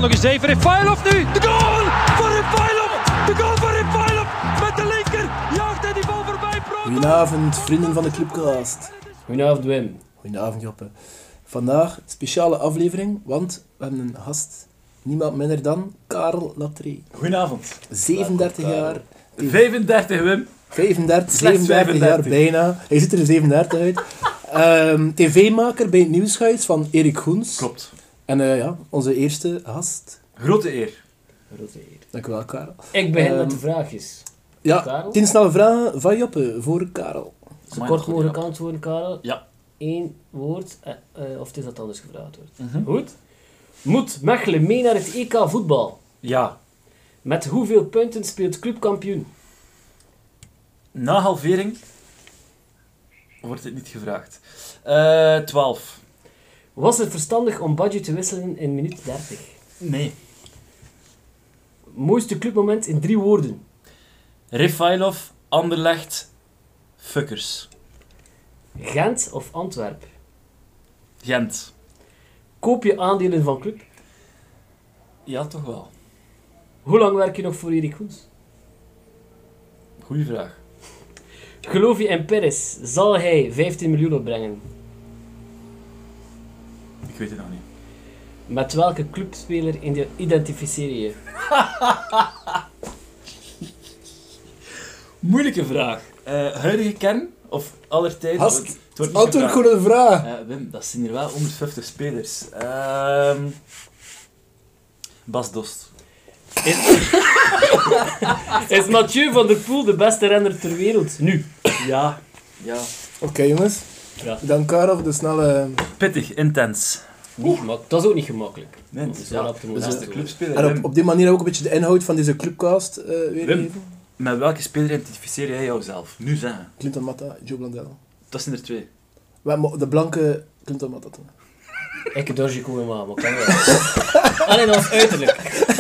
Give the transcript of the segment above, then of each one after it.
nog eens even. Refailov nu. De goal van Refailov. De goal van Refailov. Met de linker jaagt hij die bal voorbij. Goedenavond, vrienden van de Clubcast. Goedenavond, Wim. Goedenavond, Joppe. Vandaag een speciale aflevering, want we hebben een gast. Niemand minder dan Karel Latree. Goedenavond. 37 jaar. 35, Wim. 35, Slechts 37 jaar 35. bijna. Hij ziet er 37 uit. TV-maker bij het Nieuwshuis van Erik Goens. Klopt. En ja, onze eerste gast. Grote eer. Grote eer. Dank u wel, Karel. Ik begin met de vraagjes. Ja, Karel? 10 snelle vragen van Joppe voor Karel. Zo kort mogelijk antwoorden, Karel. Ja. 1 woord, of het is dat anders gevraagd wordt. Mhm. Goed. Moet Mechelen mee naar het EK voetbal? Ja. Met hoeveel punten speelt clubkampioen? Na halvering wordt het niet gevraagd. 12. Was het verstandig om Badje te wisselen in minuut 30? Nee. Mooiste clubmoment in 3 woorden. Refailov, Anderlecht, fuckers. Gent of Antwerp? Gent. Koop je aandelen van club? Ja, toch wel. Hoe lang werk je nog voor Erik Goens? Goeie vraag. Geloof je in Perez? Zal hij 15 miljoen opbrengen? Ik weet het nog niet. Met welke clubspeler identificeer je? Moeilijke vraag. Huidige kern of aller tijden? Gast, Het wordt niet Antwoord gevraagd. gewoon een vraag. Wim, dat zijn hier wel 150 spelers. Bas Dost. Is Mathieu van der Poel de beste renner ter wereld? Nu. Ja. Oké, jongens. Ja. Dan Karel voor de snelle... Pittig, intens. Dat is ook niet gemakkelijk. Nee, Dat is wel op de dat is moment. de clubspeler. En Wim. op die manier ook een beetje de inhoud van deze Clubcast weergeven. Met welke speler identificeer jij jouzelf? Nu zeggen. Clinton Matta, Joe Blondel. Dat zijn er 2. De blanke Clinton Matta toen. Ik heb Dorje komen maar kan wel. Alleen dat is uiterlijk.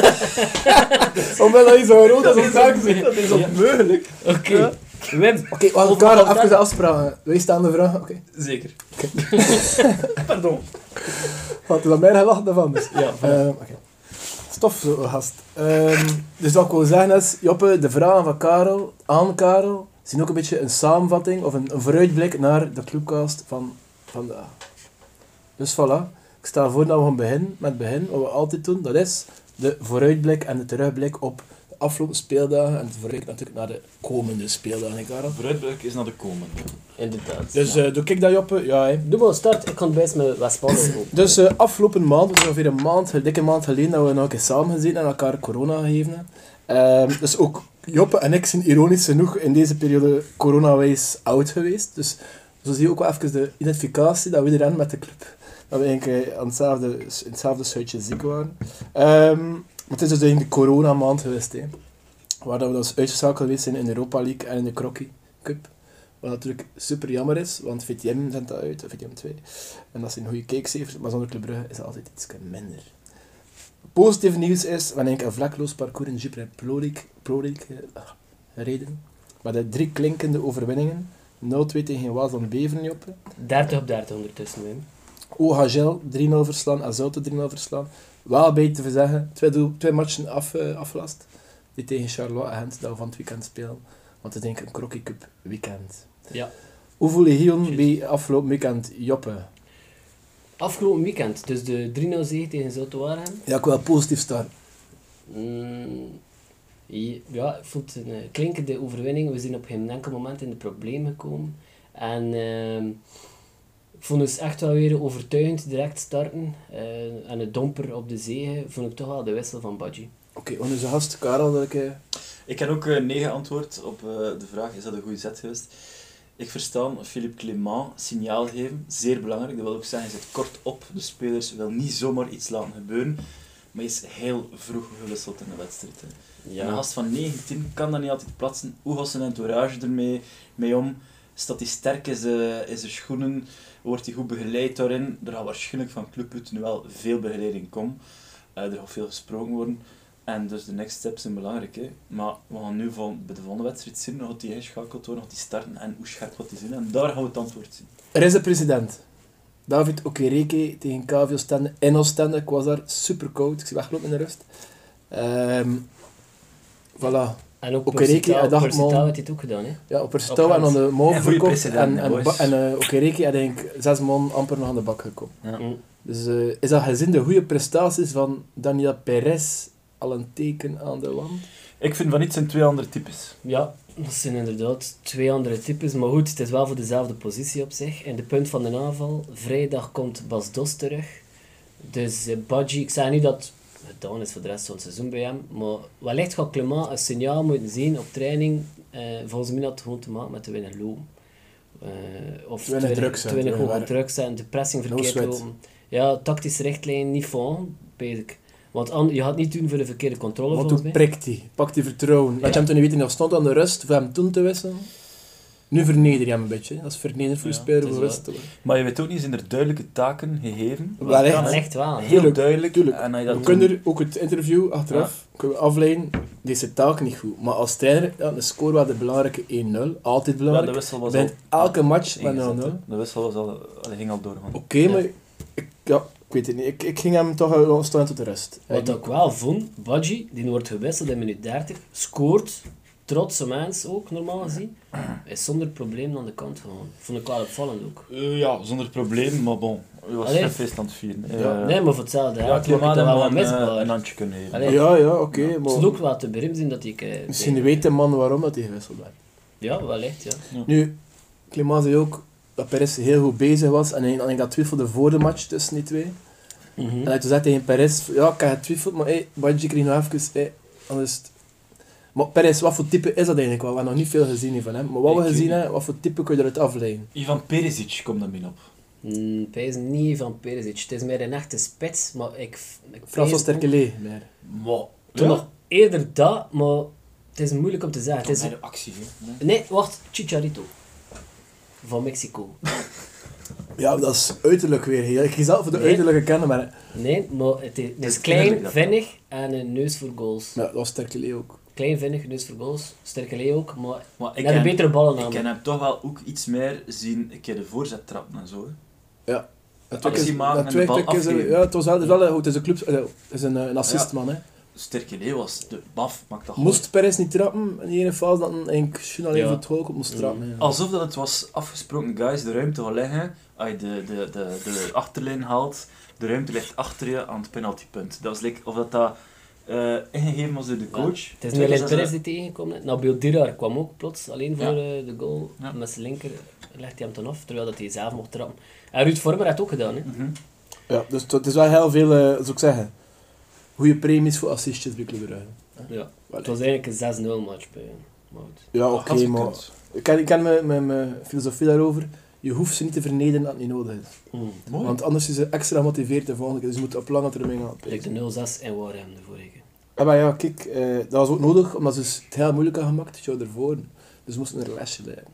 Omdat hij zo rood als een zaak zit, dat is onmogelijk. Oké. Wim. Oké, wacht, Over Karel, vandaag- even de afspraken. Wij staan de vraag. Oké. Zeker. Pardon. Wat, dat mij gelachen of anders? Ja, Oké. Stof, zo, gast. Dus wat ik wil zeggen is, Joppe, de vragen van Karel, aan Karel, zijn ook een beetje een samenvatting of een vooruitblik naar de Clubcast van vandaag. Dus voilà, ik stel voor dat we gaan beginnen met wat we altijd doen. Dat is de vooruitblik en de terugblik op de afgelopen speeldagen en de vooruitblik natuurlijk naar de komende speeldagen, hè, Karel. Vooruitblik is naar de komende. inderdaad. Dus doe ik dat, Joppe? Ja, hè. Doe maar start. Ik kan best met West-Pallen lopen. Dus afgelopen maand, het is ongeveer een dikke maand geleden, dat we nog een keer samen gezeten en elkaar corona gegeven hebben. Dus ook Joppe en ik zijn ironisch genoeg in deze periode corona-wijs oud geweest. Dus zo zie je ook wel even de identificatie dat we er hebben met de club. Dat we eigenlijk in hetzelfde schuitje ziek waren. Maar het is dus eigenlijk de corona-maand geweest, hè, waar dat we dus uitgeschakeld geweest zijn in de Europa League en in de Crocky Cup. Wat natuurlijk super jammer is, want VTM zendt dat uit, VTM 2. En dat zijn goede kijkcijfers, maar zonder Club Brugge is dat altijd iets minder. Positief nieuws is, we hebben een vlekloos parcours in Jupiler Pro League gereden. Met de 3 klinkende overwinningen. 0-2 tegen Waas en Beveren, Joppe. 30 op 30 ondertussen, Wim. OHL 3-0 verslaan, Azoute 3-0 verslaan. Wel bij te zeggen, 2 matchen afgelast. Die tegen Charleroi en Gent, dat we van het weekend spelen. Want het is denk ik een Crocky Cup weekend. Ja. Hoe voel je Gion bij afgelopen weekend, Joppe? Afgelopen weekend, dus de 3-0 zege tegen Zulte Waregem. Ja, ik wil positief starten. Ja, ik vond het een klinkende overwinning. We zijn op geen enkel moment in de problemen gekomen. En ik vond het echt wel weer overtuigend direct starten. En het domper op de zege vond ik toch wel de wissel van Badji. Oké, onze gast, Karel, dat ik... Ik heb ook nee geantwoord op de vraag, is dat een goede zet geweest? Ik verstaan Philippe Clément signaal geven, zeer belangrijk. Dat wil ook zeggen, hij zit kort op. De spelers wil niet zomaar iets laten gebeuren. Maar hij is heel vroeg gewisseld in de wedstrijd. Hè. Ja. Een gast van 19 kan dat niet altijd plaatsen. Hoe gaat zijn entourage ermee om? Staat hij sterk in zijn schoenen? Wordt hij goed begeleid daarin? Er gaat waarschijnlijk van Club Brugge nu wel veel begeleiding komen. Er gaat veel gesproken worden. En dus de next steps zijn belangrijk. Hè. Maar we gaan nu bij de volgende wedstrijd zien. Gaat hij ingeschakeld worden? Gaat hij starten? En hoe scherp gaat hij zijn? En daar gaan we het antwoord zien. Er is een president. David Okereke tegen KV Oostende in Oostende. Ik was daar super koud. Ik zie weggelopen in de rust. Voilà. En ook Okereke, hij dacht Persitaal man- heeft dit ook gedaan, hè. Ja, op Persitaal en dan de mouw En goeie verkocht. precedent, boys. En Okereke had denk ik 6 man amper nog aan de bak gekomen. Ja. Mm. Dus is dat gezien de goede prestaties van Daniel Perez al een teken aan de wand? Ik vind van iets zijn 2 andere types. Ja, dat zijn inderdaad 2 andere types. Maar goed, het is wel voor dezelfde positie op zich. In de punt van de aanval, vrijdag komt Bas Dos terug. Dus Badji, ik zeg niet dat het gedaan is voor de rest van het seizoen bij hem. Maar wellicht gaat Clément een signaal moeten zien op training. Volgens mij had het gewoon te maken met te weinig lopen. Of Te weinig druk te zetten, weinig ja, hoge waar- druk zijn, de pressing verkeerd sweat. lopen. Ja, tactische richtlijn niet volgen, weet ik. Want je gaat niet doen voor de verkeerde controle, Want volgens toen mij. prikt hij, pakt hij vertrouwen. Laat Ja. je hem toen niet weten, hij stond aan de rust voor hem toen te wisselen. Nu verneder je hem een beetje. Dat is verneder voor je Ja, speler het is voor rust te worden. Maar je weet ook niet, zijn er duidelijke taken gegeven? Wel echt. kan, hè. Wellicht wel, hè. Heel Tuurlijk, duidelijk. tuurlijk. En als je We dat kunnen er ook het interview achteraf kunnen we afleiden. Deze taak niet goed. Maar als trainer, ja, de score was de belangrijke 1-0. Altijd ja, belangrijk. de wissel Je was bent elke match met ingezet, 0-0. hè. De wissel was al, ging al door. gewoon. Oké, maar ik weet het niet. Ik ging hem toch staan tot de rest. Wat ik wel vond, Badji, die wordt gewisseld in minuut 30, scoort, trotse mens ook, normaal gezien, is zonder probleem aan de kant gewoon. Vond ik wel opvallend ook. Ja, zonder probleem, maar bon. Je was Allee. geen feest aan het vieren. Ja. Nee, maar voor hetzelfde, Ja, ja, ik Clément dat hem wel wat een misbaar. handje kunnen geven. Allee. Ja, oké. Het is maar ook wel te berim zijn dat ik... misschien weet de man waarom dat hij gewisseld werd. Ja, wellicht, ja. Nu, Clément zei ook dat Perez heel goed bezig was. En ik dat twijfelde voor de match tussen die twee. En hij toen zei tegen Perez, ja, ik heb getwijfeld, maar Badji kreeg nog even, anders is het... Maar Perez, wat voor type is dat eigenlijk wel? We hebben nog niet veel gezien van hem. Maar wat we Ik gezien weet hebben, wat voor type kun je eruit afleiden? Ivan Perisic komt daarmee op. Pijs niet van Perisic. Het is meer een echte spits, maar ik François pijs Sterkelee. meer. Maar, toen nog eerder dat, maar het is moeilijk om te zeggen. Het is... de actie, hè. Nee, wacht, Chicharito. Van Mexico. Ja, dat is uiterlijk weer. Heel. Ik zal voor de Nee. uiterlijke kennen, maar Nee, maar het is is klein, innerlijk dat vinnig en een neus voor goals. ja, dat was Sterkelee ook. Klein, vinnig, neus voor goals. Sterke ook, maar Maar ik net een betere ballen ik aan. ken hem toch wel ook iets meer zien, een keer de voorzet trappen en zo. Hè. Ja. Actie maken en de bal Natuurlijk is afgeven. ja, het was wel goed. Het is een club, het is een assistman. Hè. Sterke was de baf, maakt dat Moest Perez niet trappen in die ene fase dat een eigenlijk Schoen alleen Ja. voor het goal komt, moest trappen. Ja. Alsof dat het was afgesproken, guys, de ruimte gaat liggen. Als je de achterlijn haalt, de ruimte ligt achter je aan het penaltypunt. Dat was like, of dat ingegeven was door de coach. Ja, het is niet alleen Perez die tegenkomt. hè. Nabil Dirar kwam ook plots alleen voor Ja. de goal. Ja. Met zijn linker legt hij hem dan af, terwijl dat hij zelf mocht trappen. En Ruud Vormer had het ook gedaan. Hè. Mhm. Ja, dus het is wel heel veel, zou ik zeggen, goede premies voor assistjes bij Club Brugge. Ja. Wel, Het was eigenlijk een 6-0 match bij Mout. ja, Dat had oké, maar gekund. ik ken mijn filosofie daarover. Je hoeft ze niet te vernederen dat het niet nodig is. Mooi. Want anders is ze extra gemotiveerd de volgende keer. Dus je moet op lange termijn gaan. Like de 0-6 en Warham de vorige. Ja, maar ja, kijk, dat was ook nodig, omdat ze het heel moeilijk hadden gemaakt, het jou ervoor. Dus ze moesten er een lesje leiden.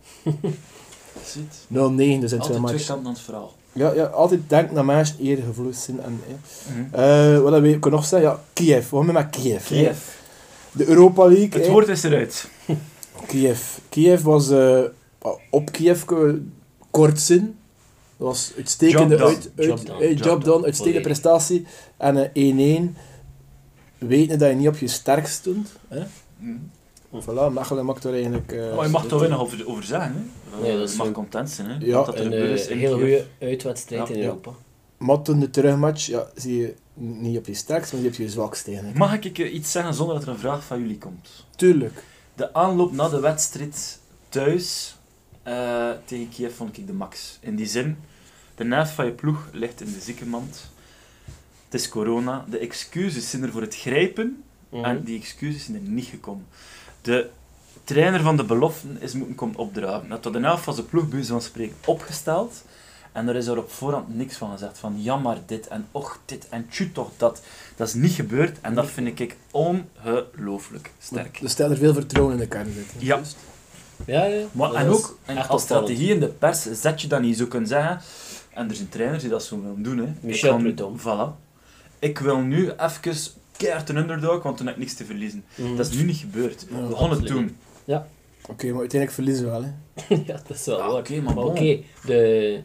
Ziet. 0-9, dus in twee Altijd twee matchen. kanten aan het verhaal. Ja, altijd denk naar mensen die eerder gevloeid zijn. En, Mhm. wat wil ik nog zeggen? Ja, Kiev. Wat met Kiev? hè? Kiev. De Europa League. Het hè. woord is eruit. Kiev. Kiev was op Kiev kort zin. Dat was uitstekende Job done. Job done. job done, uitstekende Volledig. prestatie. En 1-1. Weten dat je niet op je sterkst stond. Hè? Mhm. Voilà, Mechelen maakt er eigenlijk... Maar je mag toch weinig over zeggen, hè? Nee, dat is je mag zo. content zijn, hè? Ja. Want dat er Een gebeurd is in hele Kiev. goede uitwedstrijd Ja. in Ja. Europa. Maar toen de terugmatch, ja, zie je niet op je sterkst, maar je op je zwakst eigenlijk. Mag ik iets zeggen zonder dat er een vraag van jullie komt? Tuurlijk. De aanloop na de wedstrijd thuis tegen Kiev vond ik de max. In die zin, de naaf van je ploeg ligt in de ziekenmand. Het is corona. De excuses zijn er voor het grijpen en die excuses zijn er niet gekomen. De trainer van de beloften is moeten komen opdragen. Dat had de naaf van zijn ploeg bij wijze van spreken opgesteld. En er is er op voorhand niks van gezegd. Van ja maar dit en och dit en tju toch dat. Dat is niet gebeurd en dat vind ik ongelooflijk sterk. Er staat er veel vertrouwen in de kern zitten. Ja. Juist. Ja, ja. Maar, Dat en is ook en echt als opvallend. strategie in de pers zet je dat niet zo kunnen zeggen. En er zijn trainers die dat zo willen doen. Hè. Michel Ik ga- Breton. Voilà. Ik wil nu even keihard een underdog, want toen heb ik niks te verliezen. Dat is nu niet gebeurd. Ja, We gaan het absoluut doen. Oké, maar uiteindelijk verliezen we wel. Hè. ja, dat is wel Ja, waar. oké, maar bon. oké, de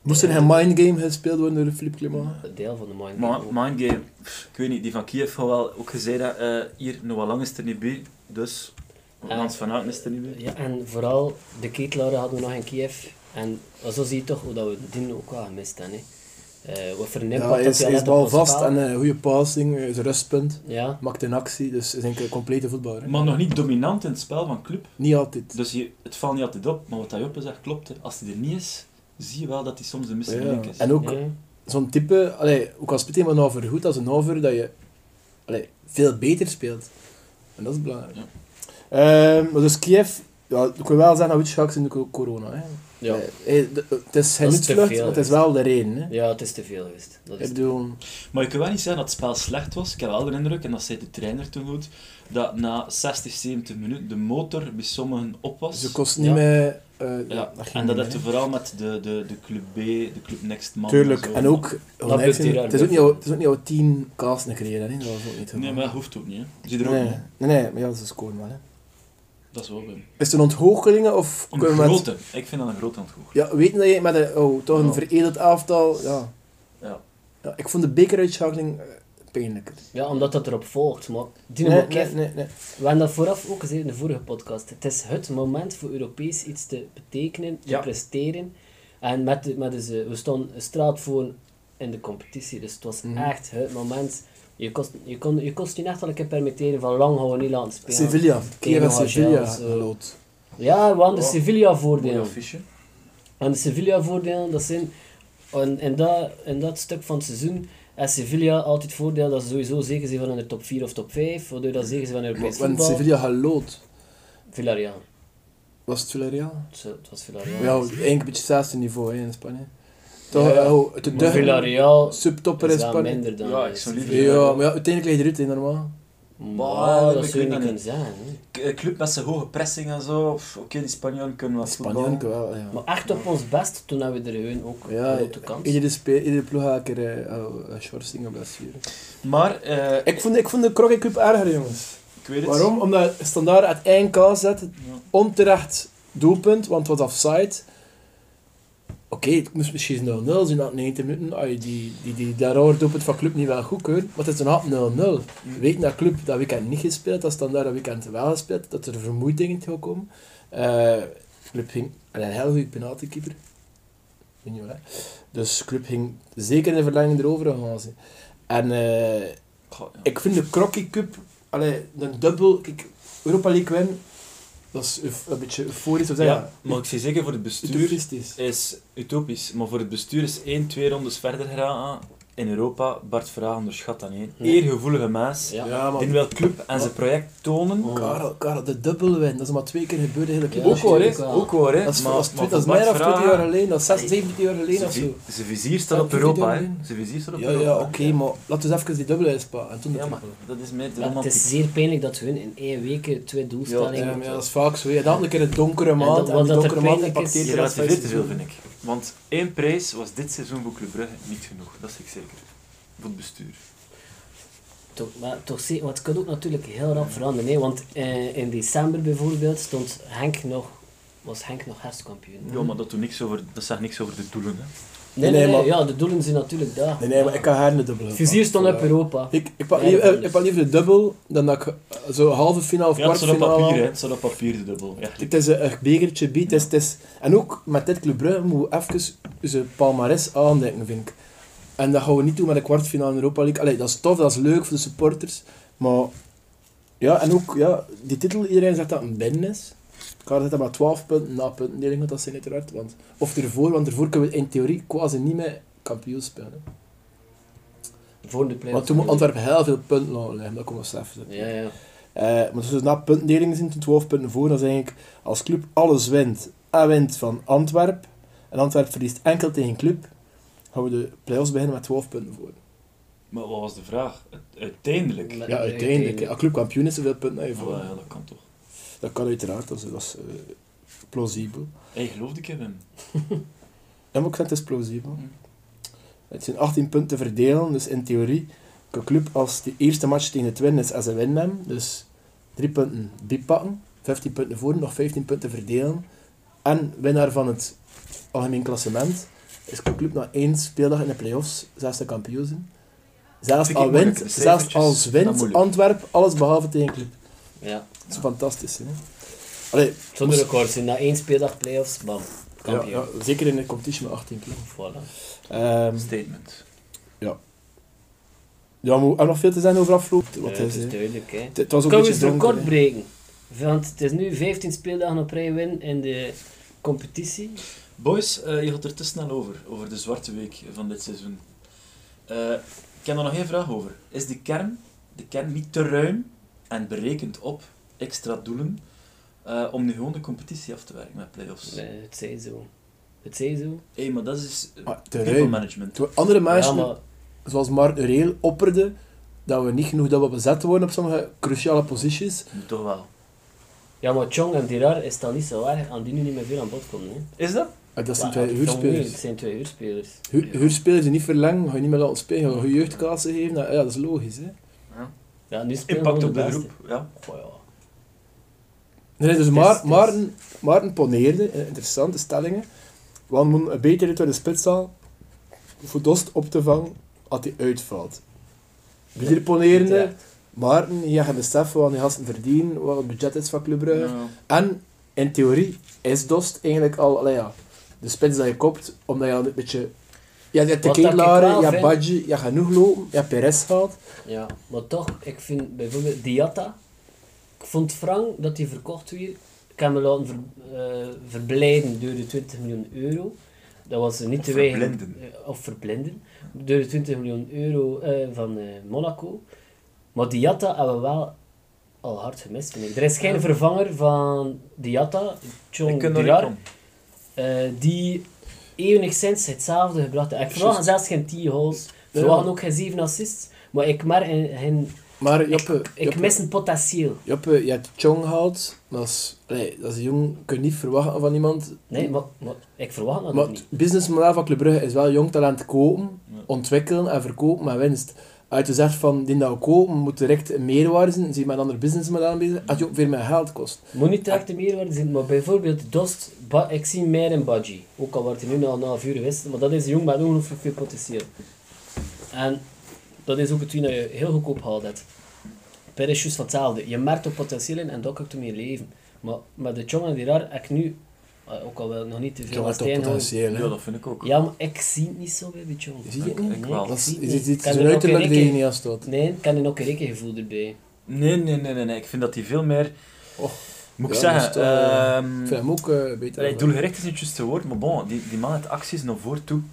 Moest er geen mindgame gespeeld worden door Philippe Clement? Een deel van de mind. Mindgame, ik weet niet, die van Kiev had wel ook gezegd dat hier Noah Lang is er niet bij, dus Hans van Aken is er niet bij. Ja, en vooral de ketelaren hadden we nog in Kiev. En zo zie je toch hoe dat we die ook wel gemist hebben. Wat voor een Ja, impact hij dat is, hij hij is had op ons balvast spel. en een goede passing, is een rustpunt, Ja, maakt een actie, dus is denk ik een complete voetballer. Hè. Maar nog niet dominant in het spel van club. Niet altijd. Dus het valt niet altijd op, maar wat Joppe zegt klopt. Hè. Als hij er niet is, zie je wel dat hij soms de missing link is. En ook ja. zo'n type, ook al speelt iemand over goed als een over, dat je veel beter speelt. En dat is belangrijk. Ja. Maar dus Kiev, ja, ik wil wel zeggen dat Witschaks in de corona. Hè. Ja. Het is geen Dat is te nutvlucht, veel, maar het is hè. wel de reden. Hè. Ja, het is te veel geweest. Dat is Ik bedoel, Maar je kan wel niet zeggen dat het spel slecht was. Ik heb wel de indruk, en dat zei de trainer toen goed, dat na 60, 70 minuten de motor bij sommigen op was. ze kost niet Ja. meer... Ja, ging en dat niet heeft meer, vooral met de Club B, de Club Next Man. tuurlijk, zo. en ook... Dat blijft hier het is ook niet jouw 10 kasten gereden, hè. Dat was ook niet Nee, zo. maar dat hoeft ook niet. Hè. Zie je er ook Nee, niet. nee, maar ja, ze scoren wel. Hè. Dat is wel Wim. Is het een onthoogling of... Een kunnen we met- grote. Ik vind dat een grote ontgoocheling. Ja, weten dat je met toch een Ja. veredeld elftal... Ja. Ja. Ja, ik vond de bekeruitschakeling pijnlijker. Ja, omdat dat erop volgt. Maar Nee, Dynamo Kiev, nee. we hebben dat vooraf ook gezegd in de vorige podcast. Het is het moment voor Europees iets te betekenen, te Ja. presteren. En we stonden een straat voor in de competitie, dus het was Mhm. echt het moment. Je kost je echt wel een keer permitteren van lang gaan we niet laten spelen. Sevilla. Kiev en Tegen Sevilla. Hagel, zo. geloot. Ja, we hadden de Ja. Sevilla Mooi voordelen. affiche. En de Sevilla voordelen, dat zijn in dat stuk van het seizoen en Sevilla altijd voordeel dat ze sowieso zeker zijn van in de top 4 of top 5, waardoor dat zeker zijn van Europees Want voetbal. Sevilla geloot. Villarreal. Was het Villarreal? Het was Villarreal. Ja, eigenlijk een beetje hetzelfde niveau hè, in Spanje. Toch, Ja, de maar Villarreal subtopper in is wel Spanje. minder dan... Ja, ik zou liever- Ja, maar ja, uiteindelijk lig je eruit, hè, normaal. Maar dat ik zou je weet niet dat kunnen zeggen. Hè. Club met zijn hoge pressing en zo. Oké, die Spanjaarden kunnen wel Spanje voetballen. wel, ja. Maar echt op ons best, toen hebben we er gewoon ook Ja, grote kans. iedere ploeg had een keer schorsing of blessure. Maar, Ik vond de Croquet Cup erger, jongens. ik weet het. Waarom? Omdat Standaard het eindkaas zet, Ja. onterecht doelpunt, want het was offside. Oké, het moest misschien 0-0 zijn na 90 minuten. Als je die daarover doelpunt van Club niet wel goedkeurt, maar het is een hap 0-0. We weten dat Club dat weekend niet gespeeld, dat Standaard dat weekend wel gespeeld, dat er vermoeidingen gaan komen. Club ging een heel goede penaltykeeper. Weet je wel, hè. Dus Club ging zeker in de verlenging erover gaan zijn. En Goh, ja. ik vind de Croquet Cup, een dubbel, kijk, Europa League win, dat is een beetje euforisch, of zeggen. Ja, maar ik zie zeker voor het bestuur Utopistisch. is utopisch. Maar voor het bestuur is 1-2 rondes verder geraken in Europa. Bart Verhagen onderschat dat niet. Nee. Eergevoelige maas. Ja. Ja, Die maar wil club en zijn project tonen. Oh. Karel, de dubbel win, dat is maar 2 keer gebeurd in de club. Ja, Ook hoor, hè. ook wel. Ook hoor, hè. Dat is, Maar- dat is, maar dat is voor meer Bart dan 20 jaar Verhagen- geleden, dat is 6, 17 jaar geleden of zo. Zijn vizier staat op Ja, Europa, hè. 20 jaar Zijn vizier staat op Ja, Europa. ja, oké, maar laten we even die dubbel uitspannen. En toen de Ja, maar triple. dat is met de Ja, het romantiek. is zeer pijnlijk dat we in 1 week 2 doelstellingen... Ja, maar ja, dat is vaak zo. Je had een keer een donkere maand dat- en wat die dat er donkere maand pijnlijk is- impacteert Je de rest van relativeert het te veel, seizoen. vind ik. Want 1 prijs was dit seizoen voor Club Brugge niet genoeg. Dat zeg ik zeker. Voor het bestuur. Toch zeker, want het kan ook natuurlijk heel rap veranderen. Hè? Want in december bijvoorbeeld was Henk nog herfstkampioen. Ja, maar dat zegt niks over de doelen, hè. Nee, maar- ja, de doelen zijn natuurlijk daar. Nee, maar ik kan haar een dubbel Vizier stond op Europa. Ik pak Ja, liever, dat ik pak liever de dubbel dan dat ik zo halve finale of Ja, het staat op kwartfinale. papier, hè. Het staat op papier, de dubbel. Ja. Het is een bekertje bij. Het is, en ook met dit Club Brugge moeten we even onze palmares aandenken, vind ik. En dat gaan we niet doen met de kwartfinale in Europa League. Allee, dat is tof, dat is leuk voor de supporters. Maar ja, en ook ja, die titel, iedereen zegt dat het een binnen is. Ik had het maar 12 punten na puntendeling, want dat zijn uiteraard. Want ervoor kunnen we in theorie quasi niet meer kampioen spelen. Hè. Voor de play-offs. Want toen moet Antwerpen heel veel punten laten liggen, dat komt nog zelf. Ja, ja. Maar dus na puntendeling zijn toen 12 punten voor, dan is eigenlijk als club alles wint en wint van Antwerpen en Antwerpen verliest enkel tegen club, gaan we de play-offs beginnen met 12 punten voor. Maar wat was de vraag? Uiteindelijk. Met- Ja, uiteindelijk. Als club kampioen is, zoveel punten heb je Oh, voor. ja, dat kan toch. Dat kan uiteraard, dat is plausibel. Hey, geloofde ik hem? Ja, maar ik vind het is plausibel. Hm. Het zijn 18 punten te verdelen, dus in theorie kan een club als de eerste match tegen het winnen is en ze winnen hem, dus 3 punten bijpakken, 15 punten voor, nog 15 punten verdelen en winnaar van het algemeen klassement is de club na 1 speeldag in de play-offs zelfs de kampioen zijn. Zelfs Vind ik al moeilijk. wint, De zelfs cijfertjes, als dat wint moeilijk. Antwerp, alles behalve tegen club. Ja. Dat is fantastisch. Hè? Allee, Zonder moest- records. Na 1 speeldag play-offs, bam. ja, Kampioen. ja, zeker in de competitie met 18 keer. Voilà. Statement. Ja, maar we hebben nog veel te zeggen over afgelopen. Wat Ja, is, het is hè. duidelijk, hè. Het was ook Kunnen een we beetje het donker. record hè. breken? Want het is nu 15 speeldagen op rij win in de competitie. Boys, je gaat er te snel over de zwarte week van dit seizoen. Ik heb er nog één vraag over. Is de kern niet te ruim en berekend op extra doelen om nu gewoon de competitie af te werken met play-offs? Nee, het zij zo. Het zij zo. Hé, maar dat is Ah, te people ruim. management. Toen andere mensen, Ja, maar zoals Mark Ureel, opperden dat we niet genoeg dat we bezet worden op sommige cruciale posities. Moet toch wel. Ja, maar Chong en Dirar is dan niet zo erg aan die nu niet meer veel aan bod komen. Hè. Is dat? Dat zijn Ja, twee Chong niet, huurspelers. het zijn 2 huurspelers. Huurspelers die niet verlengen, ga je niet meer laten spelen, ga je jeugdklassen geven. Nou, ja, dat is logisch. Hè. Ja, nu spelen Impact gewoon op de beste. groep. Ja. Goh, ja. Nee, dus Het is- Maarten poneerde, interessante stellingen. Want we moeten een beter uit de spits staan voor Dost op te vangen als hij uitvalt. Wie er poneerde, Terecht. Maarten, je gaat beseffen wat die gasten verdienen, wat het budget is van Club Brugge. Ja. En in theorie is Dost eigenlijk al allee, ja, de spits dat je koopt, omdat je al een beetje... Je hebt de Wat dat ik Keelaren, wel je hebt vind- Badji, je hebt genoeg lopen, je hebt Perez gehad. Ja, maar toch, ik vind bijvoorbeeld Diatta. Ik vond Frank dat hij verkocht weer. Ik heb me laten verblijden door de 20 miljoen euro. Dat was niet Of te weigeren. verblinden. Of verblinden. Door de 20 miljoen euro van Monaco. Maar Diatta hebben we wel al hard gemist, vind ik. Er is geen vervanger van Diatta, Ik Chong kan er niet Dirar, om. die enigszins hetzelfde gebracht heeft. Ik verwacht zelfs geen 10 goals. Ik verwacht ook geen 7 assists. Maar ik merk Maar Joppe, ik mis een potentieel. Joppe, je hebt Chong gehaald, dat is een jong, kun je niet verwachten van iemand. Nee, maar ik verwacht dat Maar ook het niet. businessmodel van Club Brugge is wel jong talent kopen, Ja. ontwikkelen en verkopen met winst. Als je zegt van, die dat we kopen moet direct een meerwaarde zijn, zie je met een ander businessmodel bezig, als je ook veel meer geld kost. Moet niet direct de meerwaarde zijn, maar bijvoorbeeld Dost, ik zie meer in Badji. Ook al wordt hij nu na een half uur gewisseld, maar dat is een jong met ongelooflijk veel potentieel. En dat is ook het dat je heel goedkoop haalt hebt. Per is juist van hetzelfde. Je merkt ook potentieel in en dat kan ik ermee leven. Maar met de Chong en Dirar heb ik nu, ook al wel nog niet te veel Chong aan heeft toch Stijn potentieel, Ja, hè. dat vind ik ook. Ja, maar ik zie het niet zo bij de Chong. Je ziet het niet? Ik wel. Dat is, zie het je niet. ziet Ik heb zijn er ook uiterlijk een die je keer- niet aan staat. Nee, ik kan er ook een rekengevoel erbij. Nee. Ik vind dat hij veel meer... Och, Moet ik ja, zeggen... dat is toch, ik vind hem ook beter. allee, doelgericht is niet juist het woord, maar bon, die man heeft acties naar voren toe.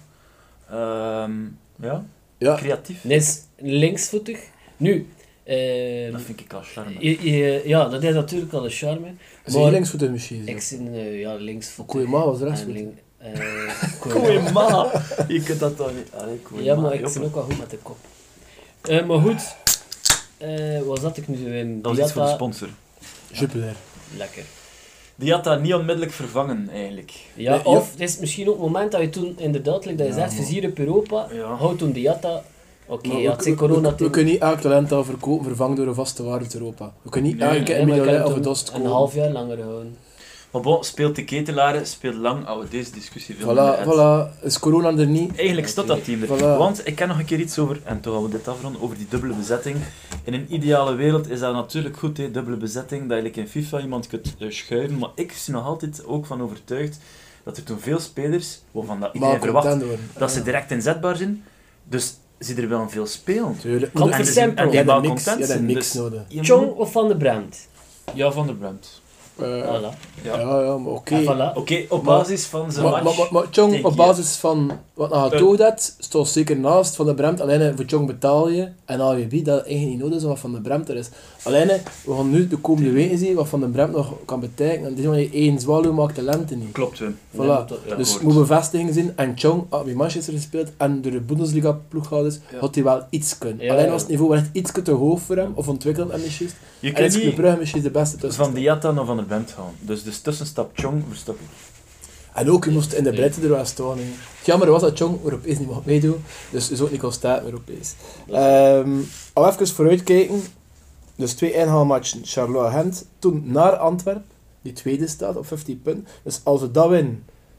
Ja, Ja, creatief. Nee, is linksvoetig. Nu, Dat vind ik al charme. ja, dat is natuurlijk al een charme. is hij linksvoetig misschien? Ik zie ja, linksvoetig. Koeieman was en rechtsvoetig. Goeie ma! Je kunt dat toch niet... Allee, goeie Ja, ma, maar ik Joppe. zie ook wel goed met de kop. Maar goed, wat zat ik nu in? Dat is iets voor de sponsor. Jupiler. Lekker. Die had dat niet onmiddellijk vervangen, eigenlijk. Ja, Nee, of het is misschien ook het moment dat je toen inderdaad, like dat je Ja, zegt, maar- vizier op Europa, Ja. houd toen Diatta. Oké, Maar ja, het is corona we kunnen niet elk talent al verkopen, vervangen door een vaste waarde uit Europa. We kunnen niet Nee, elke keer een maar ik miljonair kan of een toen dost een kopen. half jaar langer houden. Maar bon, speelt de ketelaren, speelt lang... Oh, deze discussie veel Voilà, minder uit. voilà. Is corona er niet? Eigenlijk staat dat team er. Voilà. Want ik ken nog een keer iets over, en toch gaan we dit afronden, over die dubbele bezetting. In een ideale wereld is dat natuurlijk goed, hè, dubbele bezetting, dat je in FIFA iemand kunt schuiven. Maar ik ben nog altijd ook van overtuigd dat er toen veel spelers, waarvan dat iedereen Maar verwacht, content worden. dat ze direct inzetbaar zijn. Dus ze er wel veel spelen. Tuurlijk. Kan Maar het de- versimpelen. Je En hebt die een wel mix, content je hebt een zijn, mix dus- nodig. Je Chong moet- of Van de Brandt? Ja, Van der Brandt. Voilà. Ja. Ja, maar oké. En voilà. Oké, op Maar- basis van zijn Maar match... Chong, denk op je- basis van wat nou getoond hebt, staat zeker naast Van de Bremt. Alleen voor Chong betaal je en al je biedt dat het eigenlijk niet nodig is wat Van de Bremt er is. Alleen, we gaan nu de komende weken zien wat Van de Bremt nog kan betekenen. En dit is wanneer je één zwaluw maakt de lente niet. Klopt, Wim. Voilà. Nee, maar dat- ja. Dus akkoord. moet bevestiging zijn. En Chong, bij Manchester gespeeld en door de Bundesliga ploeghouders, Ja. had hij wel iets kunnen. Ja, Alleen ja. was het niveau werd iets te hoog voor hem, of ontwikkeld en misschien. Je En kunt is Club niet Brugge misschien de beste tussen. van Diatta naar Van der Brandt gaan. Dus de tussenstap Chong verstop ik. En ook, je moest in de breedte er wel staan. Hè. Het jammer was dat Chong Europees niet mag meedoen, dus is ook niet constant Europees. Al even vooruitkijken. Dus 2 inhaalmatchen, Charleroi-Gent. Toen naar Antwerpen, die tweede staat op 15 punten. Dus als we dat winnen,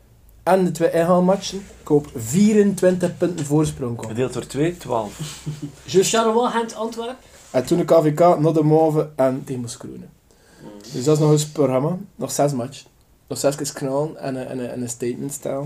en de 2 inhaalmatchen, ik op 24 punten voorsprong kom. Gedeeld door 2, 12. Just, Charleroi, Gent, Antwerpen. en toen de KVK, nog de Mauve en tegen Moeskroenen. Dus dat is nog eens het programma. Nog 6 matchen. Nog 6 keer knallen en een statement stellen.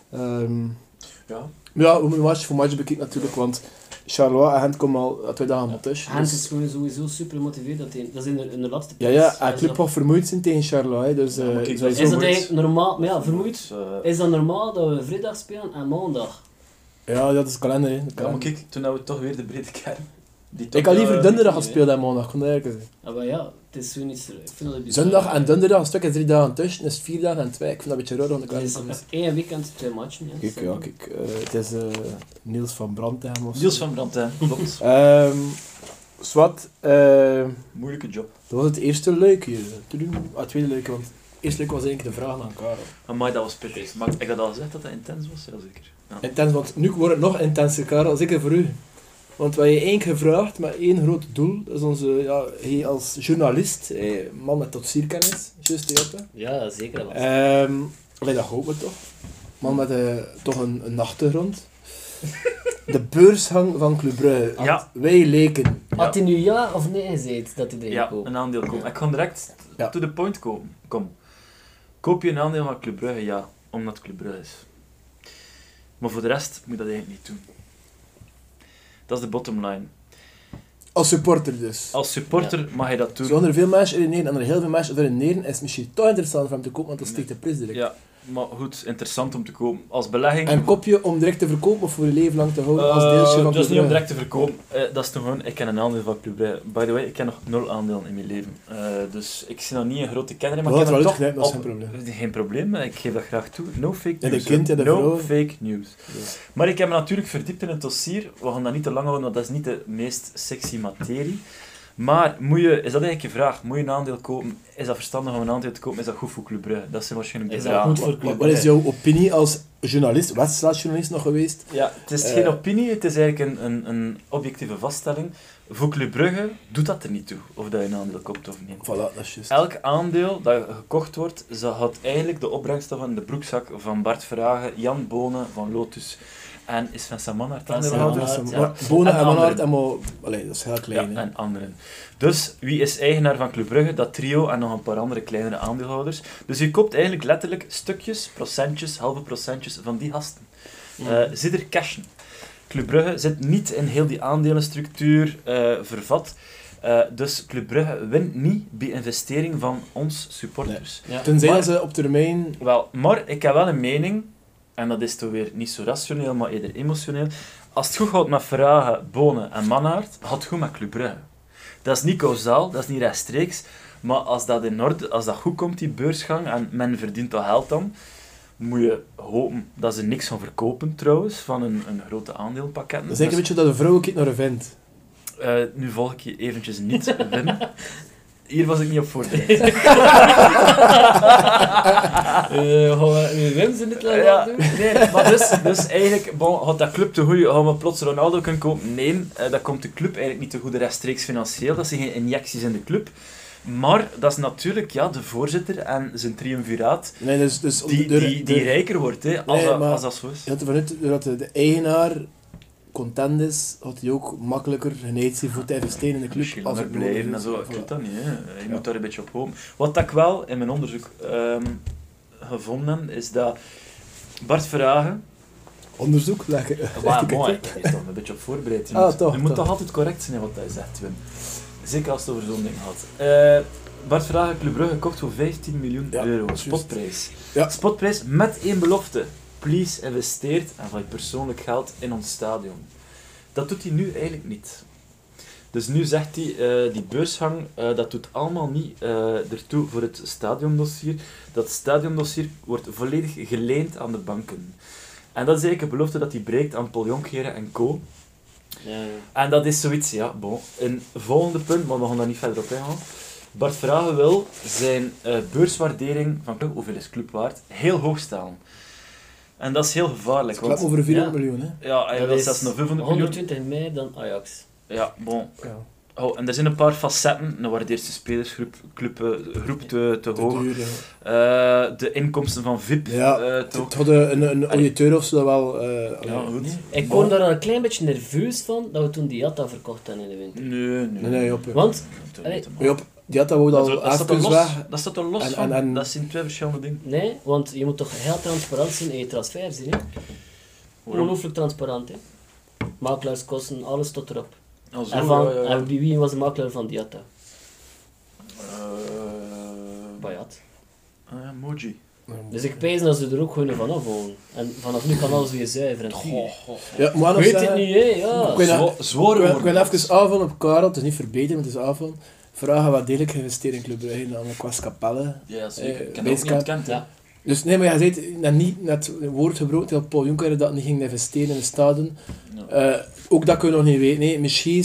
Ja. Ja, we moeten match voor match bekijken natuurlijk, want Charleroi en Gent komen al 2 dagen op tussen. Gent Dus- is gewoon sowieso super gemotiveerd. Dat is in de laatste Ja, plaats. en Club mag vermoeid zijn tegen Charleroi, dus Ja, maar kijk, sowieso Is dat goed. eigenlijk normaal? Maar ja, vermoeid. Dus, Is dat normaal dat we vrijdag spelen en maandag? Ja, dat is de kalender, hè. De ja, maar kalender. kijk, toen hadden we toch weer de brede kern. Die Ik had liever donderdag niet, gespeeld dan maandag, kon dat eigenlijk zeggen. Ja, maar ja, het is zoiets. Ik vind dat bizar. Zondag en donderdag, een stuk is 3 dagen tussen, is 4 dagen en 2. Ik vind dat een beetje raar, want de Het is kalender is... één weekend 2 matchen. Ja. Kijk, ja, kijk. Het is Niels van Brandthem of zo. Niels van Brandt, hè. Klopt. Zwat, Moeilijke job. dat was het eerste leuk hier. Het tweede leuk, want het eerste leuk was eigenlijk de vraag aan Karel. Amai, dat was pittig. Maar ik had al gezegd dat dat intens was, ja zeker. Ja. Intens, want nu wordt het nog intenser, Karel, zeker voor u. Want we hebben je één keer gevraagd met één groot doel. Dat is onze, ja, hij als journalist, man met dossierkennis, juist Joppe. Ja, zeker. Dat was. Allee, dat hopen we toch. Man met toch een achtergrond. De beursgang van Club Brugge. Ja. Wij leken. Had hij nu ja of nee gezegd dat hij erin Ja, koopt? een aandeel komen. Ik ga direct Ja. to the point komen. Kom. Koop je een aandeel van Club Brugge? Ja, omdat het Club Brugge is. Maar voor de rest moet je dat eigenlijk niet doen. Dat is de bottom line. Als supporter dus. Als supporter mag je dat doen. Zonder veel mensen redeneren en er heel veel mensen redeneren, is het misschien toch interessant voor hem te kopen, want dat steekt de prijs direct. Ja, maar goed, interessant om te kopen. Als belegging... En koop je om direct te verkopen of voor je leven lang te houden als deeltje van dat is Club niet om Brugge? direct te verkopen. Dat is toch gewoon, ik ken een aandeel van Club Brugge. By the way, ik ken nog 0 aandelen in mijn leven. Dus ik zie nog niet een grote kenner in, maar Maar ik heb dat er wel toch... uitgeknipt, dat is geen probleem. Geen probleem, ik geef dat graag toe. No fake Ja, de news. kind, ja, de no vrouw. fake news. Ja. Maar ik heb me natuurlijk verdiept in het dossier. We gaan dat niet te lang houden, want dat is niet de meest sexy materie. Maar is dat eigenlijk je vraag? Moet je een aandeel kopen? Is dat verstandig om een aandeel te kopen? Is dat goed voor Club Brugge? Dat zijn waarschijnlijk de Is dat vragen. goed voor Club Wat is jouw opinie als journalist, wedstrijdjournalist nog geweest? Ja, het is geen opinie, het is eigenlijk een objectieve vaststelling. Voor Club Brugge doet dat er niet toe, of dat je een aandeel koopt of niet. Voilà, dat is juist. Elk aandeel dat gekocht wordt, had eigenlijk de opbrengsten in de broekzak van Bart Verhagen, Jan Bonen van Lotus en is van Samanhart aandeelhouder. Manhart, ja. Maar Bonen En en Manhart anderen. en maar... Allee, dat is heel klein, Ja, hè. en anderen. Dus wie is eigenaar van Club Brugge? Dat trio en nog een paar andere kleinere aandeelhouders. Dus je koopt eigenlijk letterlijk stukjes, procentjes, halve procentjes van die gasten. Zit er cashen. Club Brugge zit niet in heel die aandelenstructuur vervat. Dus Club Brugge wint niet bij investering van ons supporters. Ja. Tenzij Maar- ze op termijn... Wel, maar ik heb wel een mening, en dat is toch weer niet zo rationeel, maar eerder emotioneel. Als het goed gaat met Verhagen, Bonen en Manhart, gaat het goed met Club Brugge. Dat is niet causaal, dat is niet rechtstreeks, maar als dat in orde, als dat goed komt, die beursgang, en men verdient dat geld dan, moet je hopen dat ze niks gaan verkopen trouwens, van een grote aandeelpakket. Dat is eigenlijk een beetje dat de vrouw kijkt naar een vent. Nu volg ik je eventjes niet, Wim. Hier was ik niet op voorbereid. Gaan we nu Wim ze niet laten Ja, doen? nee, maar dus eigenlijk, bon, had dat club te goed, gaan we plots Ronaldo kunnen kopen? Nee, dat komt de club eigenlijk niet te goed rechtstreeks financieel, dat zijn geen injecties in de club. Maar dat is natuurlijk ja, de voorzitter en zijn triumviraat Nee, dus die rijker wordt, hè, als dat zo is. Je had ervan uit dat de eigenaar content is, had hij ook makkelijker geneigd zijn voor te investeren in de club. Misschien als langer het nodig blijven en is. zo, ik Voilà. weet dat niet. Hè. Je Ja. moet daar een beetje op hopen. Wat ik wel in mijn onderzoek gevonden heb, is dat Bart Verhagen... Onderzoek leggen. Maar mooi, ik ben toch een beetje op voorbereid. Je Ah, moet, toch, je moet toch. toch altijd correct zijn in wat hij zegt, Wim. Zeker als het over zo'n ding gaat. Bart Verhagen, Club Brugge, gekocht voor 15 miljoen Ja, euro. juist. Spotprijs. Ja. Spotprijs met één belofte. Please, investeert en van je persoonlijk geld in ons stadion. Dat doet hij nu eigenlijk niet. Dus nu zegt hij, die beursgang, dat doet allemaal niet ertoe voor het stadiondossier. Dat stadiondossier wordt volledig geleend aan de banken. En dat is eigenlijk een belofte dat hij breekt aan Paul Jonkeren en co. Ja, ja. En dat is zoiets, ja, bon. Een volgende punt, maar we gaan daar niet verder op ingaan. Bart Verhagen wil zijn beurswaardering van club, hoeveel is club waard, heel hoog stellen. En dat is heel gevaarlijk. Het klap over 400 Ja. miljoen, hè. Ja, hij Dat wil is zelfs nog 500 miljoen. 120 mei dan Ajax. Ja, bon. Ja. Oh, en er zijn een paar facetten. Nou waren de eerste spelersgroep groep te hoog. Duur, ja. De inkomsten van VIP Ja, te hoog. het had een auditeur of zo wel... Ja, goed. Ik word daar een klein beetje nerveus van dat we toen Diatta verkocht hebben in de winter. Nee, Joppe. Want, Joppe, die had dat wel Dat staat er even los, weg. dat staat er los En- van. en- Dat zijn twee verschillende dingen. nee, want je moet toch heel transparant zijn in je transfer zien. Hè? Ongelooflijk transparant. Hè? Makelaarskosten, alles tot erop. Ah, zo, En, en wie was de makelaar van Diatta? Bayat. Moji. Dus ik pijs dat ze er ook gewoon van afhouden. En vanaf nu kan alles weer zuiver en puur. Ja, maar Ik nog weet het zeggen... niet, hè? Ja. Ik weet dat- Zware Ik woorden. ben even aanvallen op Karel, het is niet verbeterd, maar het is aanvallen. Vragen wat degelijk geïnvesteerd in Club Brugge, namelijk qua Capelle. Ja, zeker. Ik heb Basecamp. het ook niet ontkend. hè. Ja. Dus nee, maar jij zei net woord gebruikt dat Paul Jonker dat niet ging investeren in de stadion. Ja. Ook dat kunnen we nog niet weten. Nee, misschien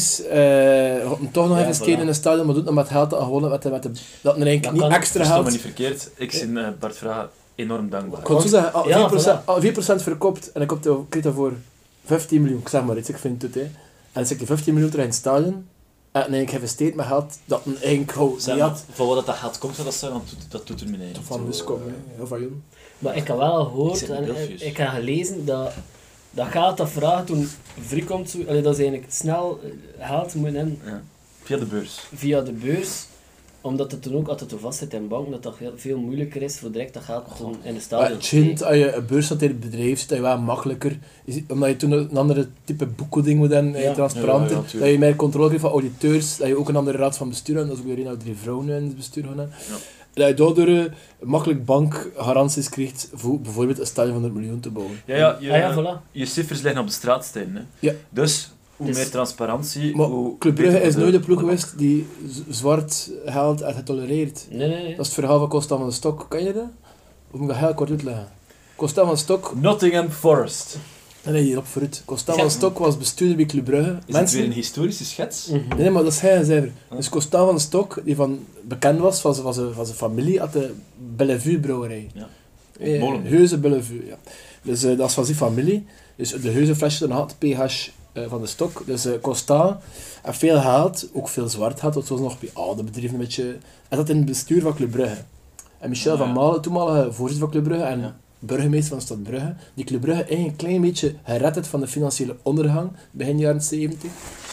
gaat hem toch nog Ja, investeren voilà. in een stadion, maar doet nog met geld dat gewonnen met dat er eigenlijk Dat niet kan. extra Versta me geld. niet verkeerd. Ik ben Bart Vraag enorm dankbaar. Ik kan het zo zeggen, al Ja, 4%, al 4% verkoopt en ik kreeg dat voor 15 miljoen. Ik zeg maar iets, ik vind het. Hè. En dan zit die 15 miljoen terug in het stadion. En ik geïnvesteerd met geld dat een eigenlijk gewoon Zeg niet maar, had. van wat dat geld komt, dat doet er me niet. Van Wiscom, hè, of van Jon. Maar ik heb wel Ik gehoord zit in en België. ik heb gelezen dat geld dat vraagt toen vrij komt, dat ze eigenlijk snel geld moeten hebben Ja. Via de beurs. via de beurs, omdat het toen ook altijd zo vast zit in bank, dat dat veel moeilijker is voor direct dat geld toen in de stadion Het schijnt, als je een beursgenoteerd bedrijf zit, dat je wel makkelijker, omdat je toen een andere type boekhouding moet hebben, Ja. transparanter, Ja, dat je meer controle krijgt van auditeurs, dat je ook een andere raad van bestuur hebt, dat is ook weer 3 vrouwen in het bestuur gaan hebben. Ja. Dat je daardoor makkelijk bankgaranties krijgt voor bijvoorbeeld een stadion van 100 miljoen te bouwen. Ja, voilà. je cijfers liggen op de straatstenen. Hè. Ja. Dus, hoe Dus- meer transparantie, Maar hoe Club Brugge beter is voor nooit de ploeg geweest die zwart geld heeft getolereerd. Nee. Dat is het verhaal van Costa van de Stok, kan je dat? Of moet ik dat heel kort uitleggen? Costa van de Stok, Nottingham Forest. nee, hierop vooruit. Costa van de Stok was bestuurder bij Club Brugge. Is het weer een historische schets? Nee, maar dat is hij en cijfer. Ah. Dus Constant van de Stok, die bekend was van zijn familie, had de Bellevue brouwerij. Ja. In Molenbeek. Heuze Bellevue, ja. Dus dat is van zijn familie. Dus de Heuze flesje dan had PH van de Stok. Dus Constant heeft veel geld, ook veel zwart geld, dat was nog bij oude bedrijven een beetje. Hij zat in het bestuur van Club Brugge. En Michel Ah, ja. van Malen, toenmalige voorzitter van Club Brugge en Ja. burgemeester van de stad Brugge, die Club Brugge eigenlijk een klein beetje gered heeft van de financiële ondergang begin jaren 70.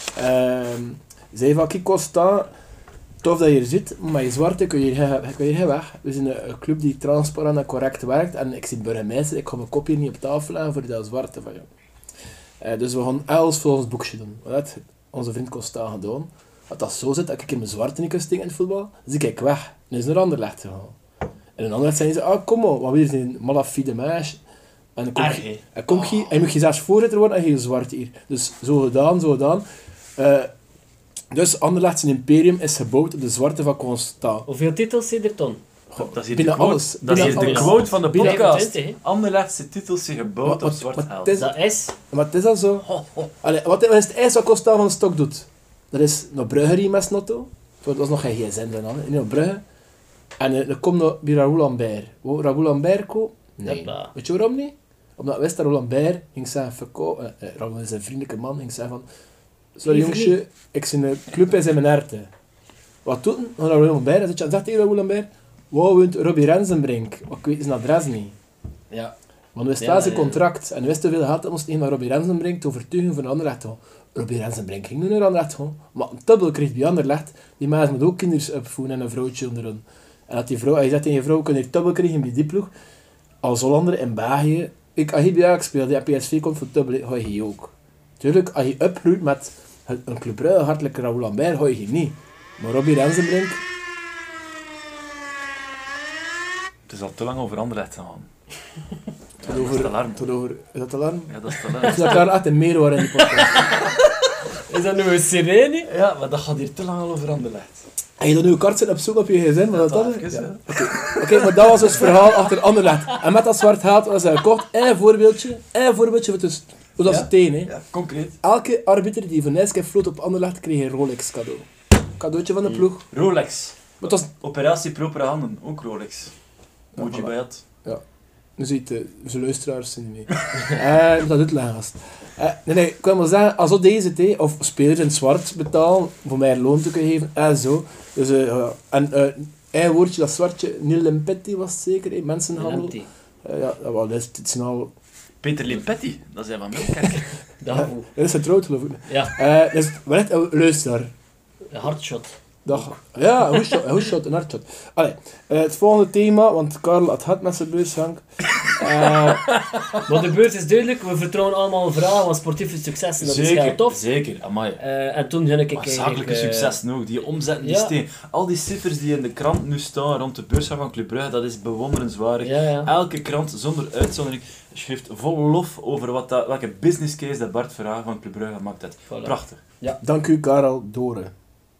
Zei van, kijk Constant, tof dat je hier zit, maar je zwarte kun je hier weg. We zijn een club die transparant en correct werkt en ik zie burgemeester, ik ga mijn kop hier niet op tafel leggen voor dat zwarte van jou. Dus we gaan alles volgens het boekje doen. Wat heeft onze vriend Constant gedaan? Als dat zo zit, dat ik in mijn zwarte niet kan steken in het voetbal, dan zie ik weg. En is naar een ander licht gegaan. En een ander zei ze, kom maar, want we zijn malafide meisje. En dan Erg, hè? hij moet je zelfs voorzitter worden en je zwart hier. Dus zo gedaan. Dus Anderlecht zijn imperium is gebouwd op de zwarte van Constant. Hoeveel titels zit er dan? Dat is hier de Binnen quote, alles. dat is hier Binnen de alles. quote van de Binnen podcast. 25, hè? Anderlechtse titels zijn gebouwd op zwart wat geld. is- Dat is... Maar het is al zo. Allee, wat is het eerste wat Constant van de Stok doet? Dat is naar Brugge rijden met zijn auto. Het was nog geen gsm dan, hè. Naar Brugge. En dan komt nog bij Raoul Lambert. Wou Raoul Lambert komen? Nee. Hopla. Weet je waarom niet? Omdat wist dat Raoul Lambert ging zeggen, Raoul is een vriendelijke man, ging zeggen van, sorry Lieve jongetje, ik zit een club in mijn herten. Wat doet hij? Raoul Lambert, hij zegt tegen Raoul Lambert, wow, woont Robbie Rensenbrink, maar ik weet zijn adres niet. Ja. Want we wist Ja, wel zijn ja. contract, en we wisten hoeveel geld hij moest tegen Robbie Rensenbrink te overtuigen van Anderlecht te gaan. Robbie Rensenbrink ging nu naar Anderlecht gaan, maar een dubbel kreeg bij Anderlecht, die mensen moet ook kinderen opvoeden en een vrouwtje onder hun. En dat die vrouw, hij zegt tegen je vrouw, kun je dubbel krijgen bij die ploeg, als Hollander in België. Als je bij Ajax speelt, die PSV komt voor dubbel, ga je hier ook. Tuurlijk, als je opgroeit met een Club Brugge, hartelijke Raoul Lambert, ga je hier niet. Maar Robbie Rensenbrink, Het is al te lang over Anderlecht gegaan. tot dat is het alarm. is dat alarm? Ja, dat is te Ik lang. zie elkaar echt een meerwaarde in die podcast. Is dat nu een sirene? Ja, maar dat gaat hier te lang al over Anderlecht. En je dan nu kaart zit op zoek op je gsm, wat dat is? Even, Ja. hè. Oké, maar dat was dus het verhaal achter Anderlecht. En met dat zwart geld was hij gekocht. Een voorbeeldje voor dus, hoe dat Ja. ze tegen, hè. Ja, concreet. Elke arbiter die van Nijs floot op Anderlecht kreeg een Rolex cadeau. Cadeautje van de ploeg. Rolex. Maar het was... Operatie Propere Handen, ook Rolex. Moji voilà. Bayat. Nu ziet de luisteraars zien niet mee. Dat uitleggen, gast. Nee, ik wil maar zeggen, als op deze of spelers in het zwart betalen, voor mij een loon te kunnen geven, en zo. Dus, ja. En een woordje, dat zwartje, Neil Limpetti was het zeker, mensenhandel. Lemty. Ja, wel, dat is nou... Peter Limpetti, dat zijn van Melkerk. Daarvoor. Dat is getrouwd, geloof ik. Ja, Dus, wel echt, luister. een hardshot. Dag. Ja, een goed shot, een hard shot. Allee, het volgende thema, want Karel had het met zijn beursgang. Maar de beurt is duidelijk, we vertrouwen allemaal een verhaal van sportieve succes en dat is heel tof. Zeker, amai. En toen ging ik Maar zakelijke succes ook, die omzetten, die ja. steen. Al die cijfers die in de krant nu staan rond de beursgang van Club Brugge, dat is bewonderenswaardig. Ja. Elke krant, zonder uitzondering, schrijft vol lof over welke business case dat Bart Verhagen van Club Brugge gemaakt heeft. Voilà. Prachtig. Dank u, Karel Doren.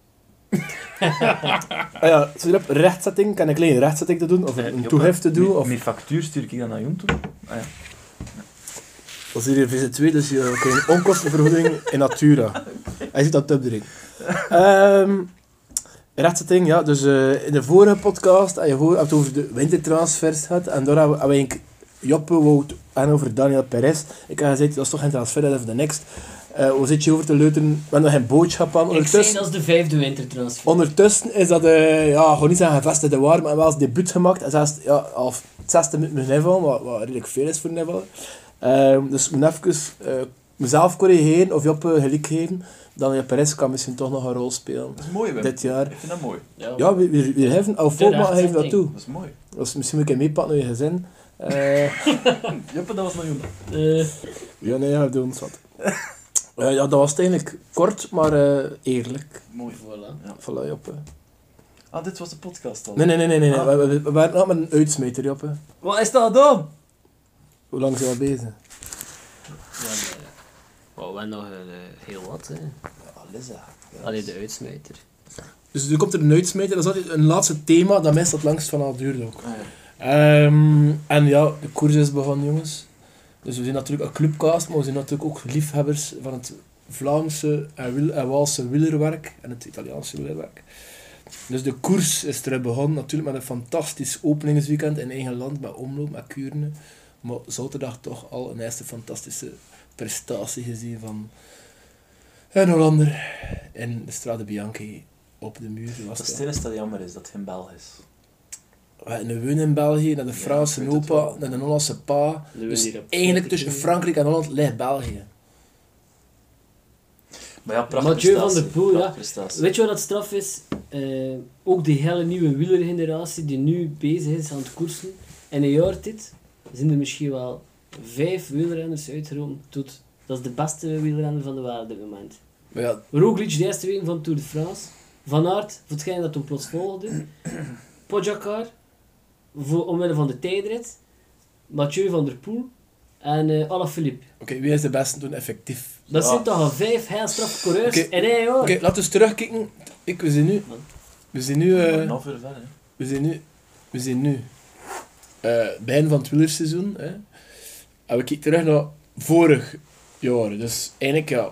Ja, zo op rechtzetting, kan ik alleen een rechtzetting te doen, of een toegift te doen, of... Met factuur stuur ik dan naar Jon toe. Ah, ja. Dat is hier een VZ2, dus je krijgt een onkostenvergoeding in Natura. Hij ziet dat update. Rechtzetting, ja, dus in de vorige podcast heb je het over de wintertransfers gehad, en daar hebben we eigenlijk Joppe Wout en over Daniel Perez. Ik heb gezegd, dat is toch geen transfer, dat is de next. Hoe zit je over te leuteren? We hebben nog geen boodschap aan. Ik zie dat is de 5e wintertransfer. Ondertussen is dat, gewoon niet zijn gevestigde waarde, maar wel eens debuut gemaakt. En zelfs, al 60 minuten met Neval, wat redelijk veel is voor Neval. Dus ik moet even mezelf corrigeren of Joppe gelijk geven. Daniel Perez kan misschien toch nog een rol spelen Dat is mooi, Wim. dit jaar. Ik vind dat mooi. Ja, we hebben al Volkma geven dat toe. Dat is mooi. Dus misschien moet ik hem meepakken naar je gezin. Joppe, dat was nog Jon. Ja, nee, ja, we doen ons wat. Ja, dat was het eigenlijk kort, maar eerlijk. Mooi. Voilà. Ja. Voilà, Joppe. Ah, dit was de podcast al. Nee. Ah. We waren nog met een uitsmijter, Joppe. Wat is dat dan? Hoe lang zijn we bezig? We hebben nog heel wat, hè. Ja, Lisa. Allee, de uitsmijter. Dus nu komt er een uitsmijter. Dat is altijd een laatste thema dat meestal het langst van al duurt ook. Ah, ja. En ja, de koers is begonnen, jongens. Dus we zijn natuurlijk een clubcast, maar we zijn natuurlijk ook liefhebbers van het Vlaamse en Waalse wielerwerk en het Italiaanse wielerwerk. Dus de koers is terug begonnen, natuurlijk met een fantastisch openingsweekend in eigen land, met omloop, met Kuurne. Maar zaterdag toch al een eerste fantastische prestatie gezien van een Hollander in de Strade Bianchi op de muur. Het enige dat jammer is dat het geen Belg is. We hebben wonen in België, naar de Franse ik weet het opa, wel. naar de Hollandse pa. We Dus hier op eigenlijk 40 tussen uur. Frankrijk en Holland ligt België. Maar ja, prachtige Mathieu van prestatie. der Poel, ja. Prachtige prestatie. Weet je wat dat straf is? Ook die hele nieuwe wielergeneratie die nu bezig is aan het koersen. In een jaar tijd zijn er misschien wel 5 wielrenners uitgeroepen tot... Dat is de beste wielrenner van de wereld op dit moment. Maar ja, Roglic de eerste week van Tour de France. Van Aert, voor hetgeen dat toen plots volgde. Pogacar, omwille van de tijdrit. Mathieu van der Poel. En Alaphilippe. oké, wie is de beste toen effectief? Dat Ja. zijn toch al 5 heel straffe coureurs Oké. in één jaar. Oké, laten we eens terugkijken. We zijn nu... We zijn nu... Maar nog verder, hè. We zijn nu... begin van het wielerseizoen. Hè. En we kijken terug naar vorig jaar. Dus eigenlijk, ja...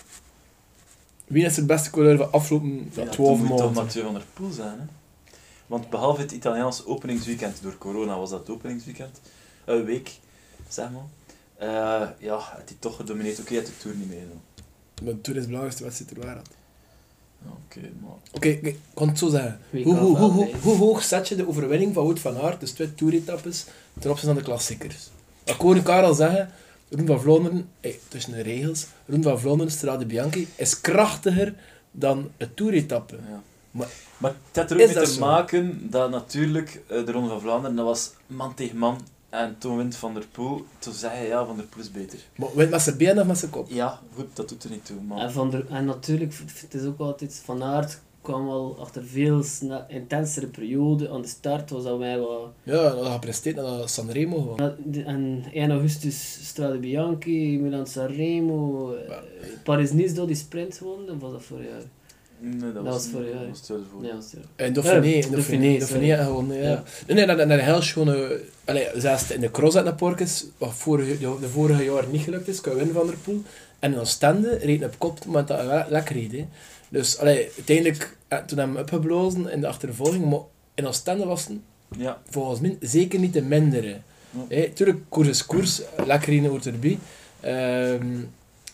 Wie is de beste coureur van afgelopen 12 toen moet toch maanden? Mathieu van der Poel zijn, hè. Want behalve het Italiaans openingsweekend, door corona was dat het openingsweekend, week, zeg maar. Ja, het is toch gedomineerd. Oké, het de Tour niet mee. Maar de Tour is de belangrijkste wedstrijd ter wereld. Ja, oké, maar... Oké, ik kan het zo zeggen. WK Hoe hoog zet je de overwinning van Wout van Aert, dus 2 toeretappes, ten opzichte van de klassiekers? Ik hoor Karel zeggen, Ronde van Vlaanderen, tussen de regels, Ronde van Vlaanderen, Strade Bianchi, is krachtiger dan het toeretappe. Ja. Maar Maar het had er ook is mee dat te zo? maken dat natuurlijk de Ronde van Vlaanderen, dat was man tegen man. En toen wint Van der Poel, toen zei hij ja, Van der Poel is beter. Maar wint met zijn benen of met zijn kop? Ja, goed, dat doet er niet toe. Maar... En natuurlijk, het is ook altijd, Van Aert kwam al achter veel intensere periode. Aan de start was dat mij wel... Ja, dat had gepresteerd naar Sanremo gewoon. En 1 augustus Strade Bianchi, Milan Sanremo, Ja. Paris-Nice, die sprint gewonnen, of was dat vorig jaar? Nee, dat was vorig jaar. Dat was het jaar ervoor. Nee, was het En Dauphiné, Ja, Dauphiné sorry. gewoon, ja. Ja. Nee, dat heel schone... Allee, zelfs in de cross uit naar Porkes, wat de vorige jaar niet gelukt is, kan winnen Van der Poel. En in Oostende reed hij op kop, maar dat hij lekker reed. Hè. Dus uiteindelijk, toen hebben we opgeblazen in de achtervolging, maar in Oostende was het Ja. volgens mij zeker niet de mindere. Ja. Tuurlijk, koers is koers, lekker rijden hoort erbij.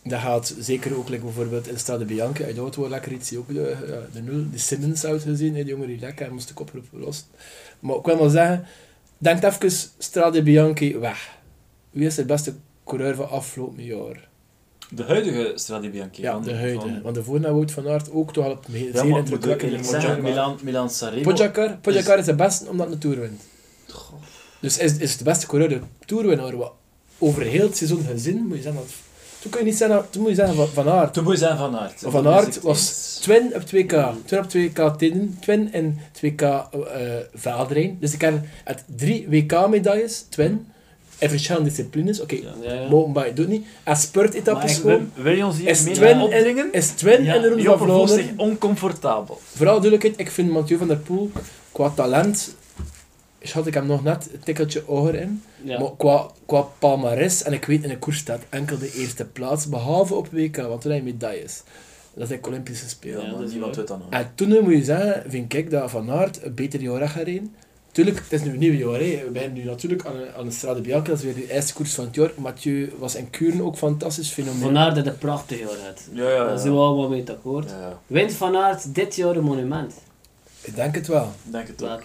Dat gaat zeker ook, like bijvoorbeeld in Strade Bianchi, uit de auto lekker iets, die ook de nul, die Simmons uit gezien, die jongen die lekker, hij moest de kop erop lossen. Maar ik wil maar zeggen, denk even Strade Bianchi weg. Wie is de beste coureur van afgelopen jaar? De huidige Strade Bianchi. Ja, van- de huidige. van- Want de voornaam Wout van Aert ook toch al op zeer Ja, maar moet ik indrukwekkende eerlijk zeggen, Milan Sanremo... Pogacar is het beste omdat hij de Tour wint. Goh. Dus is de beste coureur de Tourwinnaar. Wat over heel het seizoen gezien moet je zeggen dat... Toen kun je niet zeggen, toen moet je zeggen Van Aert. Toen moet je zijn Van Aert. Van Aert was twin op 2K. Twin op 2K Tinnen, twin in 2K Vlaanderen. Dus ik heb het 3 WK-medailles, twin, in verschillende disciplines. Oké, Ja. mountainbike doet niet. En spurtetappes gewoon. Wil je ons hier Is meer twin opdringen? Is twin Ja, in de Ronde van Joppe voelt zich Vlaanderen. oncomfortabel. Vooral duidelijkheid, ik vind Mathieu van der Poel qua talent... Schat, ik heb nog net een tikkeltje hoger in. Ja. Maar qua palmares, en ik weet in de koers staat enkel de eerste plaats, behalve op WK, want toen heb je medailles. Dat is de Olympische Spelen. Ja, Ja, dat maar is niemand waar. weet dat nog. En toen moet je zeggen, vind ik dat Van Aert een beter jaar heeft gereden. Tuurlijk, het is nu een nieuw jaar. Hè. We beginnen nu natuurlijk aan de Strade Bianchi, dat is weer de eerste koers van het jaar. Mathieu was in Kuren ook fantastisch, fenomenaal. Van Aert dat een prachtig jaar had. Ja. Daar zijn we allemaal mee akkoord. Ja, Wint Van Aert dit jaar een monument? Ik denk het wel. denk het ook. Welke?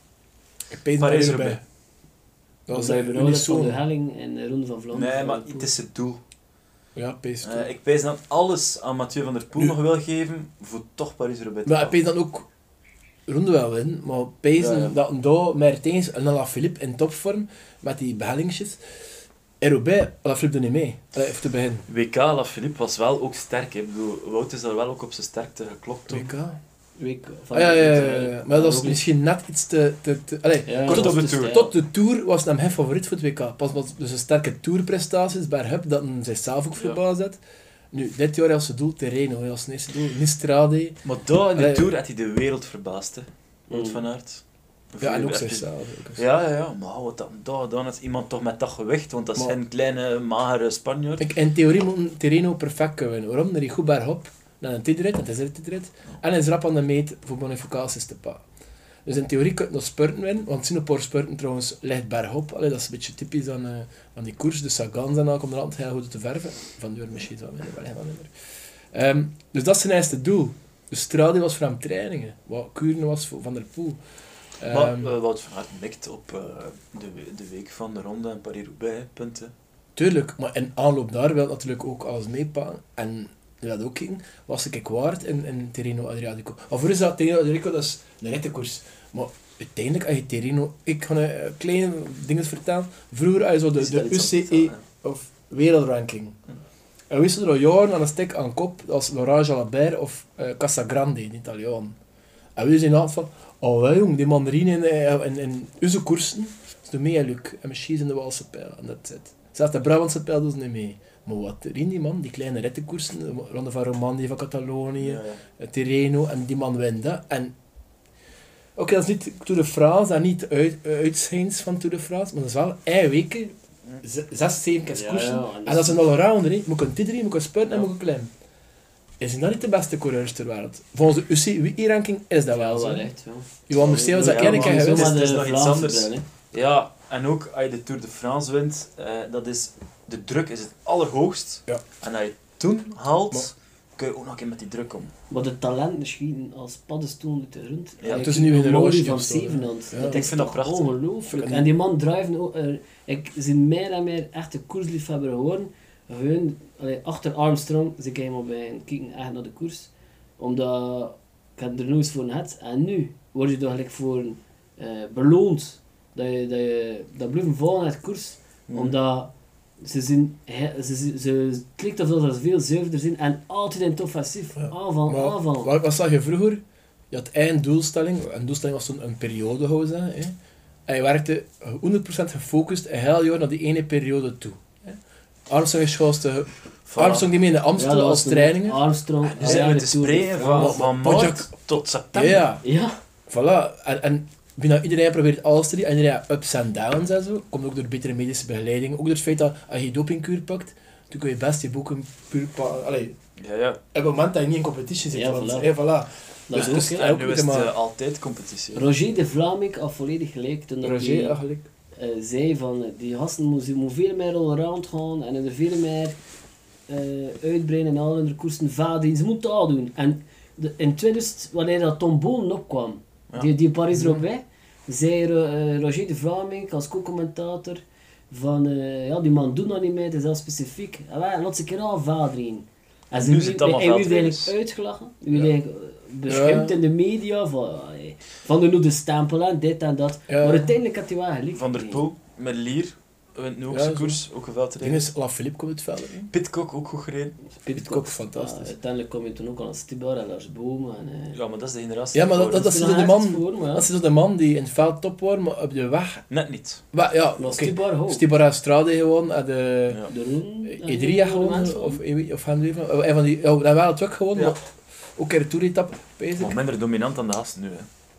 Ik pees Parijs-Roubaix. erbij. Dat was Dat je benauwd van de unisono. helling in de Ronde van Vlaanderen. Nee, maar het is het doel. Ja, pees toe. Ik pees dat alles aan Mathieu van der Poel Nu- nog wil geven, voor toch Parijs-Roubaix te Maar ik pakken. pees dan ook ronde wel winnen, maar pezen Ja. dat een daar Mertens en Alaphilippe in topvorm, met die behellingsjes. En Roubaix, Alaphilippe doet niet mee. Even te beginnen. WK Alaphilippe was wel ook sterk. Hè. Ik bedoel, Wout is daar wel ook op zijn sterkte geklopt. Toen. WK? Week van Ah, ja. de- Maar dat was ook misschien net iets te allee, Ja, Kort dat op de is Tour. stijl. tot de Tour was hem geen favoriet voor het WK. Pas was dus een sterke Tourprestaties bij Hup dat hij zichzelf ook Ja. verbaasd had. Nu, dit jaar als zijn doel Terreno, als zijn eerste doel Nistrade. Maar daar in de Allee. Tour had hij de wereld verbaasd. Hè. Wout Mm. van Aert. Ja, en ook Heb je- zichzelf. Ja, maar wat dan is iemand toch met dat gewicht, want dat is Maar- geen kleine, magere Spanjaard. In theorie moet een Terreno perfect kunnen winnen. Waarom? Dan is hij goed bergop, naar een tijdrit, want het is een tijdrit. En hij is rap aan de meet voor bonificaties te pakken. Dus in theorie kun je nog spurten winnen, want zien een paar spurten trouwens ligt bergop. Allee, dat is een beetje typisch aan die koers. De Sagan en al komt er altijd heel goed te verven. Van Deur misschien wat minder, wel helemaal minder. Dus dat is zijn eerste doel. Dus Strade was voor hem trainingen, wat Kuren was voor Van der Poel. Maar Wout van Aert mikt op de week van de ronde en Paris-Roubaix, hè, punten. Tuurlijk, maar in aanloop daar wil natuurlijk ook alles meepakken. En dat ook ging, was ik waard in Tirreno Adriatico. Maar voor is dat Tirreno Adriatico, dat is een rittenkoers. Maar uiteindelijk, als je Tirreno... Ik ga een kleine dingen vertellen. Vroeger had je zo Is wel de iets aan het UCE vertellen, of wereldranking. En we wisten er al jaren aan een stek aan kop, als Laurent Jalabert of Casagrande, in Italiaan. En we zijn altijd van, oh wel jong, die mandarine in onze koersen, is doe mee, Luc. En misschien in de Waalse pijl, en dat zit. Zelfs de Brabantse pijl doen ze niet mee. Maar wat erin die man, die kleine rittenkoersen, de Ronde van Romandie, van Catalonië, Tirreno, en die man wint dat. En oké, dat is niet Tour de France, en niet uitschijns van Tour de France, maar dat is wel 1 weken, 6, 7 keer koersen. En dat is een allrounder, hè. Moet ik een tijdrit, moet ik een spurten en moet ik een klim. Is dat niet de beste coureurs ter wereld? Volgens de UCI-ranking is dat wel Wel zo. echt, ja. Johan Museeuw is dat Ja, één maar keer zo gewist. maar- Zomaar is de nog iets Vlaamse anders. bril, hè. Ja, en ook als je de Tour de France wint, dat is, de druk is het allerhoogst. Ja. En als je toen haalt, Maar- kun je ook nog een keer met die druk om. Maar de talenten schieten als paddenstoelen uit de grond. Ja, het is nu weer een Mori roosje van of zo, hè. Zevenhand. Ja. Dat Ik is vind dat toch prachtig. ongelooflijk. Ja. En die man drijven ook... ik zie meer en meer echte koersliefhebber geworden. Gewoon, achter Armstrong zit ik helemaal bij en kijken echt naar de koers. Omdat ik heb er nooit eens voor gehad. En nu word je toch eigenlijk voor beloond. Dat blijven vallen uit de koers. Omdat ze het lijkt alsof ze veel zuiverder zijn en altijd in het offensief. Ja. Aanval. Wat zag je vroeger? Je had één doelstelling. Een doelstelling was toen een periode houden. Hè. En je werkte 100% gefocust een heel jaar naar die ene periode toe. Hè. Armstrong is gewoon de... Armstrong die mee in de Amstel als trainingen. Armstrong. Nu zijn we te spreken van maart tot september. Ja, Ja. voilà. En bijna iedereen probeert alles te doen. En iedereen heeft ups en downs en zo. Komt ook door betere medische begeleiding. Ook door het feit dat als je dopingkuur pakt, dan kun je best je boekenkuur pakken. Allee, Ja. op het moment dat je niet in competitie zit. Ja, want, voilà. hè, voilà. Dat Dus- is ook, hè. Ja, En ook nu goed, is het maar- altijd competitie. Roger de Vlaming had volledig gelijk toen dat Roger hij eigenlijk. zei van die gasten moeten veel meer allround gaan en er veel meer uitbreiden en al hun koersen vader, ze moeten dat doen. En in 2000, wanneer dat Tom Bonen opkwam, die Paris-Roubaix, zei Roger de Vlaming als co-commentator van, die man doet dat niet meer, het is heel specifiek. En laat ze een keer al vader in. En Nu zit het allemaal hij werd veldrijders. eigenlijk uitgelachen, hij werd eigenlijk beschimpt in de media van de stempel en dit en dat. Ja. Maar uiteindelijk had hij wel gelijk. Van der Poel met Lier, wint nu ook Ja, zijn zo. koers, ook een Ding veldrijder. is, Alaphilippe komt het veld in. Pitcock ook goed gereden. Pitcock, fantastisch. Uiteindelijk kom je toen ook aan Stibar en Lars Boom. En, Ja, maar dat is de generatie. Ja, maar voor. dat is nog zo de echt man, iets voor, maar ja. dat is zo de man die in het veld top wordt, maar op de weg... Net niet. Ja, Maar oké. Stibar hoog. Stibar Strade gewoon, en de... Ja. De Roen. Edria gewoon, of hem even. Een van die... Ja, dat wel het ook gewoon, Ja. maar ook in de toeretappe, bezig. Maar minder dominant dan de gasten nu. Hè.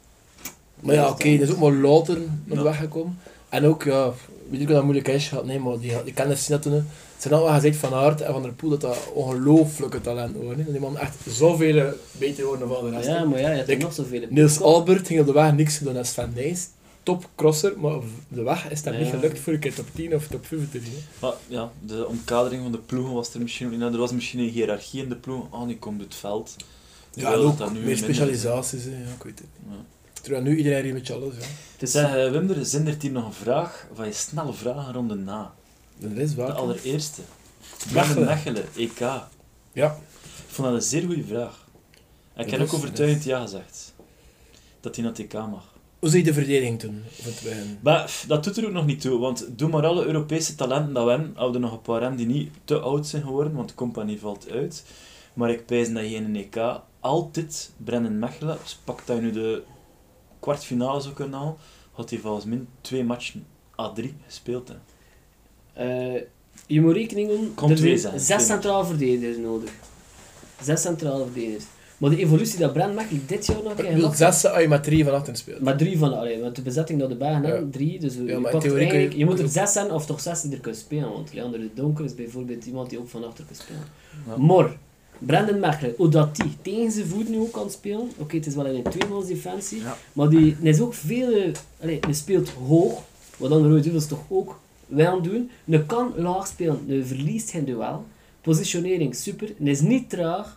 Maar ja, oké, dat is ook maar later naar de Ja. weg gekomen. En ook, ja, weet ik wat dat moeilijk is gehad, nee, maar die kenners zien dat toen. Het zijn allemaal gezegd van Aert en Van der Poel dat dat ongelooflijke talent worden. Dat die man echt zoveel beter worden dan de rest. Ja, maar ja, je hebt er Denk- nog zoveel. Niels Albert ging op de weg niks gedaan als Van Nys. Top crosser, maar op de weg is dat niet Ja. gelukt voor een keer top 10 of top 5 te doen. Maar ja, de omkadering van de ploegen was er misschien ook niet. Nou, er was misschien een hiërarchie in de ploeg. Oh, nu komt het veld. Ja, Terwijl en dat ook dat nu meer minder is. specialisaties, hè. Ja, ik weet het niet. Ja. Terwijl nu iedereen hier met je alles, ja. Het is, Zeg, Wim, er zindert hier nog een vraag van je snelle vragen rond de na. Dat is De waar. allereerste. Mechelen. Mechelen, EK. Ja. Ik vond dat een zeer goede vraag. En ik heb Dat ook is- overtuigend ja gezegd. Dat hij naar het EK mag. Hoe zie je de verdediging toen? Om te beginnen? Maar dat doet er ook nog niet toe, want doe maar alle Europese talenten dat we hebben. Houden nog een paar hem die niet te oud zijn geworden, want de compagnie valt uit. Maar ik pijs dat je in een EK altijd Brennan Mechelen, dus pak dat je nu de kwartfinales ook kunnen halen, had hij volgens mij 2 matchen A3 gespeeld. Hè. je moet rekening houden, Komt er twee zijn zijn, 6 twee centrale verdedigers nodig. 6 centrale verdedigers. Maar de evolutie dat Brand Mechelen dit jaar nog Ik heeft bedoel, gemaakt, 6 als je met 3 van achteren speelt. maar 3 van, met de bezetting dat de Bergen hebben, 3, dus je, maar in pakt theorie kun je- eigenlijk, je moet er 6 zijn of toch 6 die er kunnen spelen, want Leander de Donker is bijvoorbeeld iemand die ook van achter kan spelen. Ja. Maar, Brendan Mechelen, hoe dat die tegen zijn voet nu ook kan spelen, oké, het is wel in een tweemans defensie, Ja. maar die is ook veel, die speelt hoog, wat dan de Rode Duivels toch ook wel doen. Die kan laag spelen, die verliest geen duel, positionering super, die is niet traag,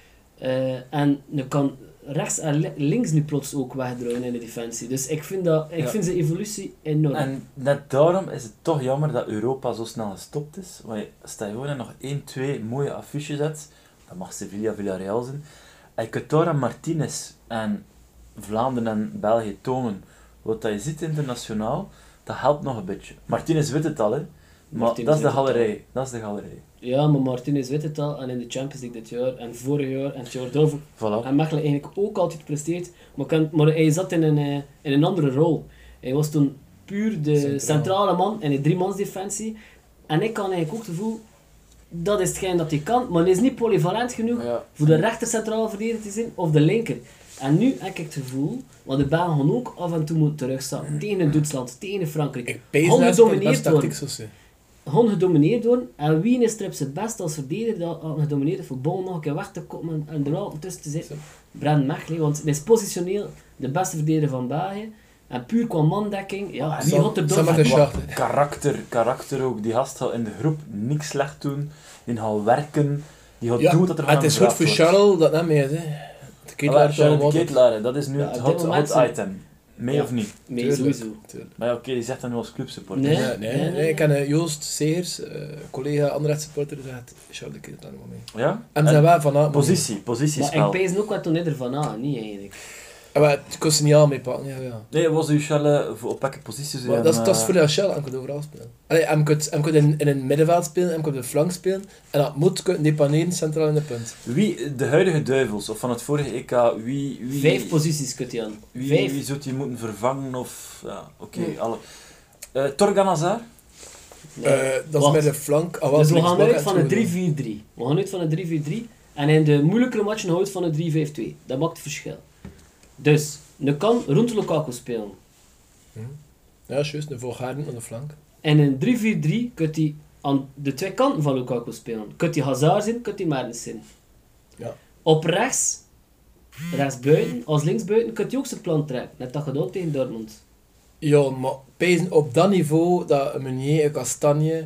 en die kan rechts en links nu plots ook wegdraaien in de defensie. Dus ik vind zijn evolutie enorm. En net daarom is het toch jammer dat Europa zo snel gestopt is. Want stel je gewoon en nog 1, 2 mooie affiches zet, dat mag Sevilla, Villarreal zijn. En je kunt daar aan Martinez en Vlaanderen en België tonen wat dat je ziet internationaal, dat helpt nog een beetje. Martinez weet het al, hè. Maar Martinez dat is de weet het al. galerij. Dat is de galerij. Ja, maar Martinez weet het al, en in de Champions League dit jaar, en vorig jaar, en het jaar daarvoor, Voilà. en Mechelen eigenlijk ook altijd presteert, maar hij zat in een andere rol. Hij was toen puur de centrale man in een driemansdefensie, en ik kan eigenlijk ook het gevoel, dat is hetgeen dat hij kan, maar hij is niet polyvalent genoeg Ja. voor de rechter centrale verdediger te zijn, of de linker. En nu heb ik het gevoel, want de Belgen gaan ook af en toe moeten terugstaan, tegen Duitsland, tegen Frankrijk. Ik pees Gewoon dat is gedomineerd best tactiek zo zijn. Gewoon gedomineerd worden. En wie is er op zijn best als verdediger dat gedomineerd heeft voor bal nog een keer weg te komen en er al tussen te zitten? Brand Mechelen, want hij is positioneel de beste verdediger van België. En puur qua mandekking, ja, wie had er Sam door? de Schacht. Karakter ook. Die gast gaat in de groep niks slecht doen. Die gaat werken. Die gaat Ja, doen wat er en van het is hem goed voor gevraagd wordt. Charles dat net mee is. Hè. De Ah, Ketelaar Charles de wat. Ketelaar, dat is nu Ja, het op dit moment hot zijn- item. Mee Ja. of niet? Nee, Tuurlijk. sowieso. Maar ja, oké, die zegt dat nu als clubsupporter. Nee. Nee, ik ken Joost Segers, collega Anderlecht supporter, die zegt Charles de Ketelaar nog mee. Ja? En ze zijn wel van Positie, Maar positiespel. ik pees ook wat toen ervan aan, niet eigenlijk. Maar het kost niet aan mee pakken, ja. Nee, was u Charles voor op welke positie Maar dat is voor de Shell, hij kan overal spelen. Allee, hij kan in een middenveld spelen, hij kan op de flank spelen, en dat moet kunnen depaneren centraal in de punt. Wie, de huidige Duivels, of van het vorige EK, wie... 5 posities kunt hij aan. Wie 5. zou die moeten vervangen, of... Ja, oké, Nee. alle... Torgan Hazard? Dat is met de flank. Dus we gaan uit van een 3-4-3. We gaan uit van een 3-4-3. En in de moeilijkere matchen gaan we uit van een 3-5-2. Dat maakt het verschil. Dus, je kan rond Lukaku spelen. Ja, juist, de Volgaarden aan de flank. En in 3-4-3 kunt hij aan de twee kanten van Lukaku spelen. Kunt hij Hazard zijn, kunt hij Mertens zijn. Ja. Op rechts buiten, als linksbuiten, kunt hij ook zijn plan trekken. Net dat gedaan tegen Dortmund. Ja, maar pezen op dat niveau, dat een Meunier, een Castagne,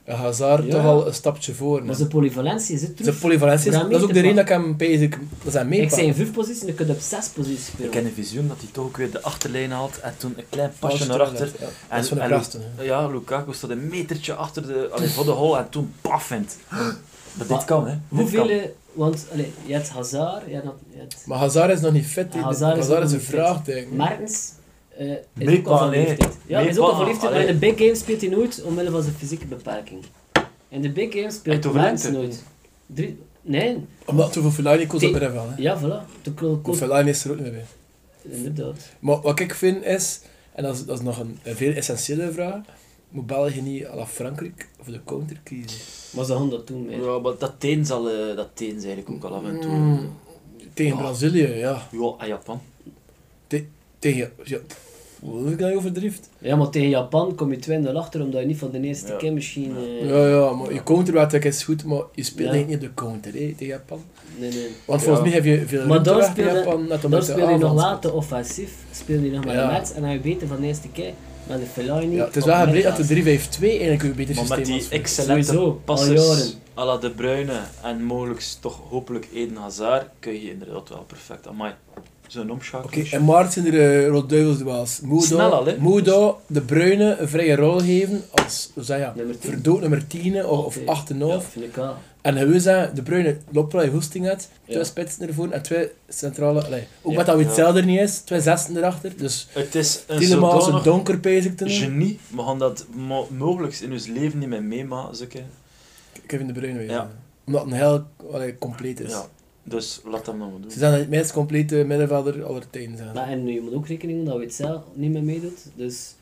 Hazard Ja. toch al een stapje voor. Maar zijn polyvalentie is het Zijn terug. polyvalentie, Daar dat is ook mee de te reden dat ik hem bezig... Dat zijn Ik meepak. zei in 5 posities en je kunt op 6 posities Ik spelen. ken een visioen dat hij toch ook weer de achterlijn haalt en toen een klein pasje Pasje naar achter. Ja, dat is van de En- krachten. hè. Ja, Lukaku staat een metertje achter voor de hol en toen paf vindt. Maar dit kan, hè. Dit Hoeveel... kan. Want je hebt Hazard, je hebt Maar Hazard is nog niet fit. hè. Hazard is Hazard nog is een niet fit. vraagteken. Mertens. Is Meepa, ook al van nee. leeftijd. Ja, hij is ook al van Meepa, leeftijd, maar in de allee. big games speelt hij nooit omwille van zijn fysieke beperking. In de big games Echt speelt over Mertens lengte? nooit. Nee, Omdat er voor Fellaini kost op Te- er wel. Hè. ja, voilà. Voor Fellaini is er ook niet meer bij. Inderdaad. Maar wat ik vind is, en dat is nog een veel essentiële vraag, moet België niet à la Frankrijk voor de counter kiezen? Maar ze gaan dat doen, mee. Ja, maar dat teens eigenlijk ook al af en toe. Tegen Ja. Brazilië, ja. Ja, en Japan. Tegen... Ja, hoe is dat overdrift? Ja, maar tegen Japan kom je 2-0 achter, omdat je niet van de eerste Ja. keer misschien... Ja, maar je counterwedstrijd is goed, maar je speelt Ja. eigenlijk niet op de counter hè, tegen Japan. Nee. Want volgens Ja. mij heb je veel Maar daar ruimte weg tegen speelde- Japan, net Dan omdat de speel je nog aanval wel speelt. te offensief, speel je nog maar Ja. een match en dan je beter van de eerste keer met de Fellaini. Ja, het is op wel gebleken dat middenveld. de 3-5-2 eigenlijk een beter Maar systeem met die was. voor- excellente Sowieso, al passers jaren. à la De Bruyne en mogelijk toch hopelijk Eden Hazard kun je inderdaad wel perfect. Amai, zo'n omschakeling. Oké, en maart zijn er Rode Duivels duels. Snel al, hè? Mudo, De Bruyne een vrije rol geven als hoe zeg je, Nummer 10. verdood nummer 10 of Oké. 8 en 11. Ja, vind ik wel. En hij wil zeggen, De Bruyne loopt wel je hoesting uit, twee Ja. spitsen ervoor en twee centrale... Allee, ook Ja. met dat we het Ja. zelden niet is, twee zessen erachter. Dus Het is een helemaal een zodanig donker bezig te noemen. genie. We gaan dat mogelijk in ons leven niet meer meemaken. Kevin De Bruyne weer. Ja. Omdat hij heel compleet is. Ja, dus laat hem nog maar doen. Ze zijn het meest complete middenvelder aller tijden. Zijn. Maar en je moet ook rekening houden dat we het zelf niet meer meedoet, dus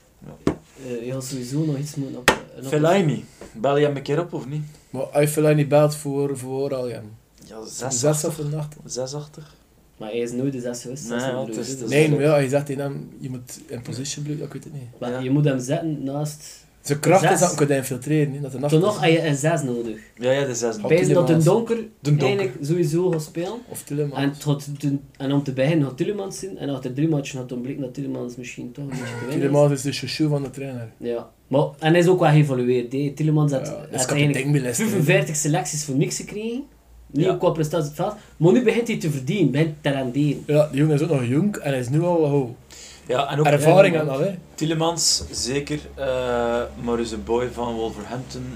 je gaat sowieso nog iets moeten op... Fellaini, bel je hem een keer op of niet? Maar als je Fellaini belt voor al, ja. Ja, 6 of 6-8. een 8. 6-8. Maar hij is nooit de 6 geweest. Nee, zes ja, in de het is- roos, het dus- Nee, maar ja, je zegt tegen hem, je moet in position blijven, ik weet het niet. Maar Ja. je moet hem zetten naast... Zijn kracht is Zes. dat hij kan infiltreren, hè, dat de nacht Toen nog is. heb je een 6 nodig. Ja, de 6. Op Pijs dat een Tielemans. donker De donker. eigenlijk sowieso gaat spelen. Of Tielemans. En om te beginnen gaat Tielemans zien. En achter 3 matchen had dan blijkt dat Tielemans misschien toch een beetje te winnen is. Tielemans is de chouchou van de trainer. Ja. Maar, en hij is ook wel geëvolueerd. Hè. Tielemans had, Ja, dat is had kapitein eigenlijk Leicester, hè. 45 selecties voor niks gekregen. Niet Ja. ook qua prestatie op het veld. Maar nu begint hij te verdienen. Begint te renderen. Ja, die jongen is ook nog jong en hij is nu al Ja, en ook ervaring aan dat, hè. Tielemans, zeker. Maar is een boy van Wolverhampton.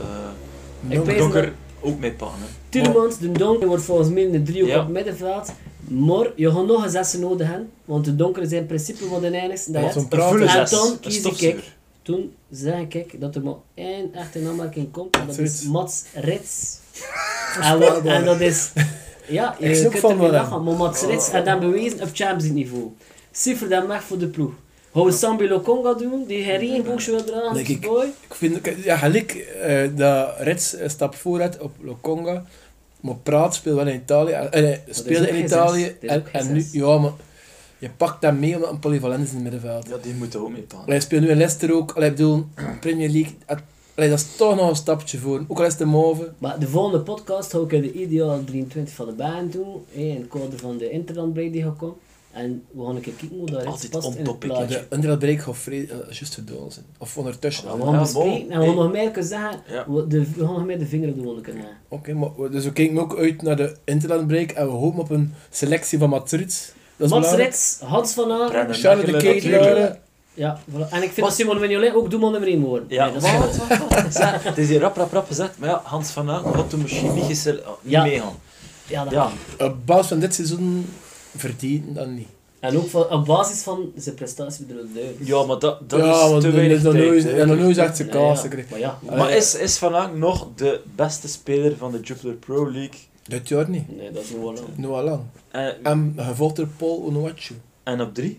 Ik weet Donker, ook met pan. Hè. Tielemans, de donker, wordt volgens mij een driehoek Ja. op het middenveld. Maar je gaat nog een 6 nodig hebben. Want de donker is in principe van de enigste dat Dat je was hebt. een Een volle praat. En 6. dan Een kies stofzuur. ik. Toen zeg ik dat er maar één echte aanmerking komt. En dat is Rits. Mats Rits. Voorspelbaar. En dat is... Ja, Ik je snap kunt van er niet wel, lachen. Maar Mats Rits heeft dat bewezen op Champions League niveau. Cijfer dat weg voor de ploeg. Gaan we Sambi Lokonga doen, die geen regenboogje wil dragen? Denk ik. Boy. Ik vind, ja, gelijk dat Reds een stap vooruit op Lokonga, maar Praat speelt wel in Italië, speelde ook in geen Italië, zes. Dat is ook geen en nu, zes. ja, maar je pakt dat mee omdat een polyvalent is in het middenveld. Ja, die moeten ook mee pan. Hij speelt nu in Leicester ook, ik bedoel, Premier League, dat is toch nog een stapje voor, ook al is het de mauve. Maar de volgende podcast ga ik de ideaal 23 van de baan doen. In het kader van de Interlandbreak die gaat komen. En we gaan een keer kijken hoe dat Rits Altijd past on in het topic, plaatje. De underbreak gaat juist verdwaald zijn, of ondertussen. Ja, Oké, we gaan Ja, bespreken bon. en we gaan Hey. nog meer kunnen zeggen. Ja. We gaan nog meer de vinger op de wonden kunnen hebben. maar dus we kijken ook uit naar de interlandbreak en we hopen op een selectie van Matsrits. Dat is Mats belangrijk. Rits, Hans van Aan. Brennan Charles de Mechelen natuurlijk. Ketelaar. Ja, voilà. En ik vind dat Simon Mignolet ook doelman nummer 1 worden. Ja, Nee, dat is goed. Zeg, het is hier rap gezegd, maar ja, Hans van Aan had toen misschien niet, Ja. niet meegaan. Ja, dat Ja, Op basis van dit seizoen verdient dat niet. En ook op basis van zijn prestatie bij de Duivels. ja, maar dat ja, is want te dan weinig is dat tijd. nooit, hè. en dan nooit echt zijn Nee, kaas ja. gekregen. Maar ja, Allee. Maar is Van Aan nog de beste speler van de Jupiler Pro League? Dit jaar niet. nee, dat is nog wel lang. Nu al lang. En, En gevolgd door Paul Onuachu. en op 3?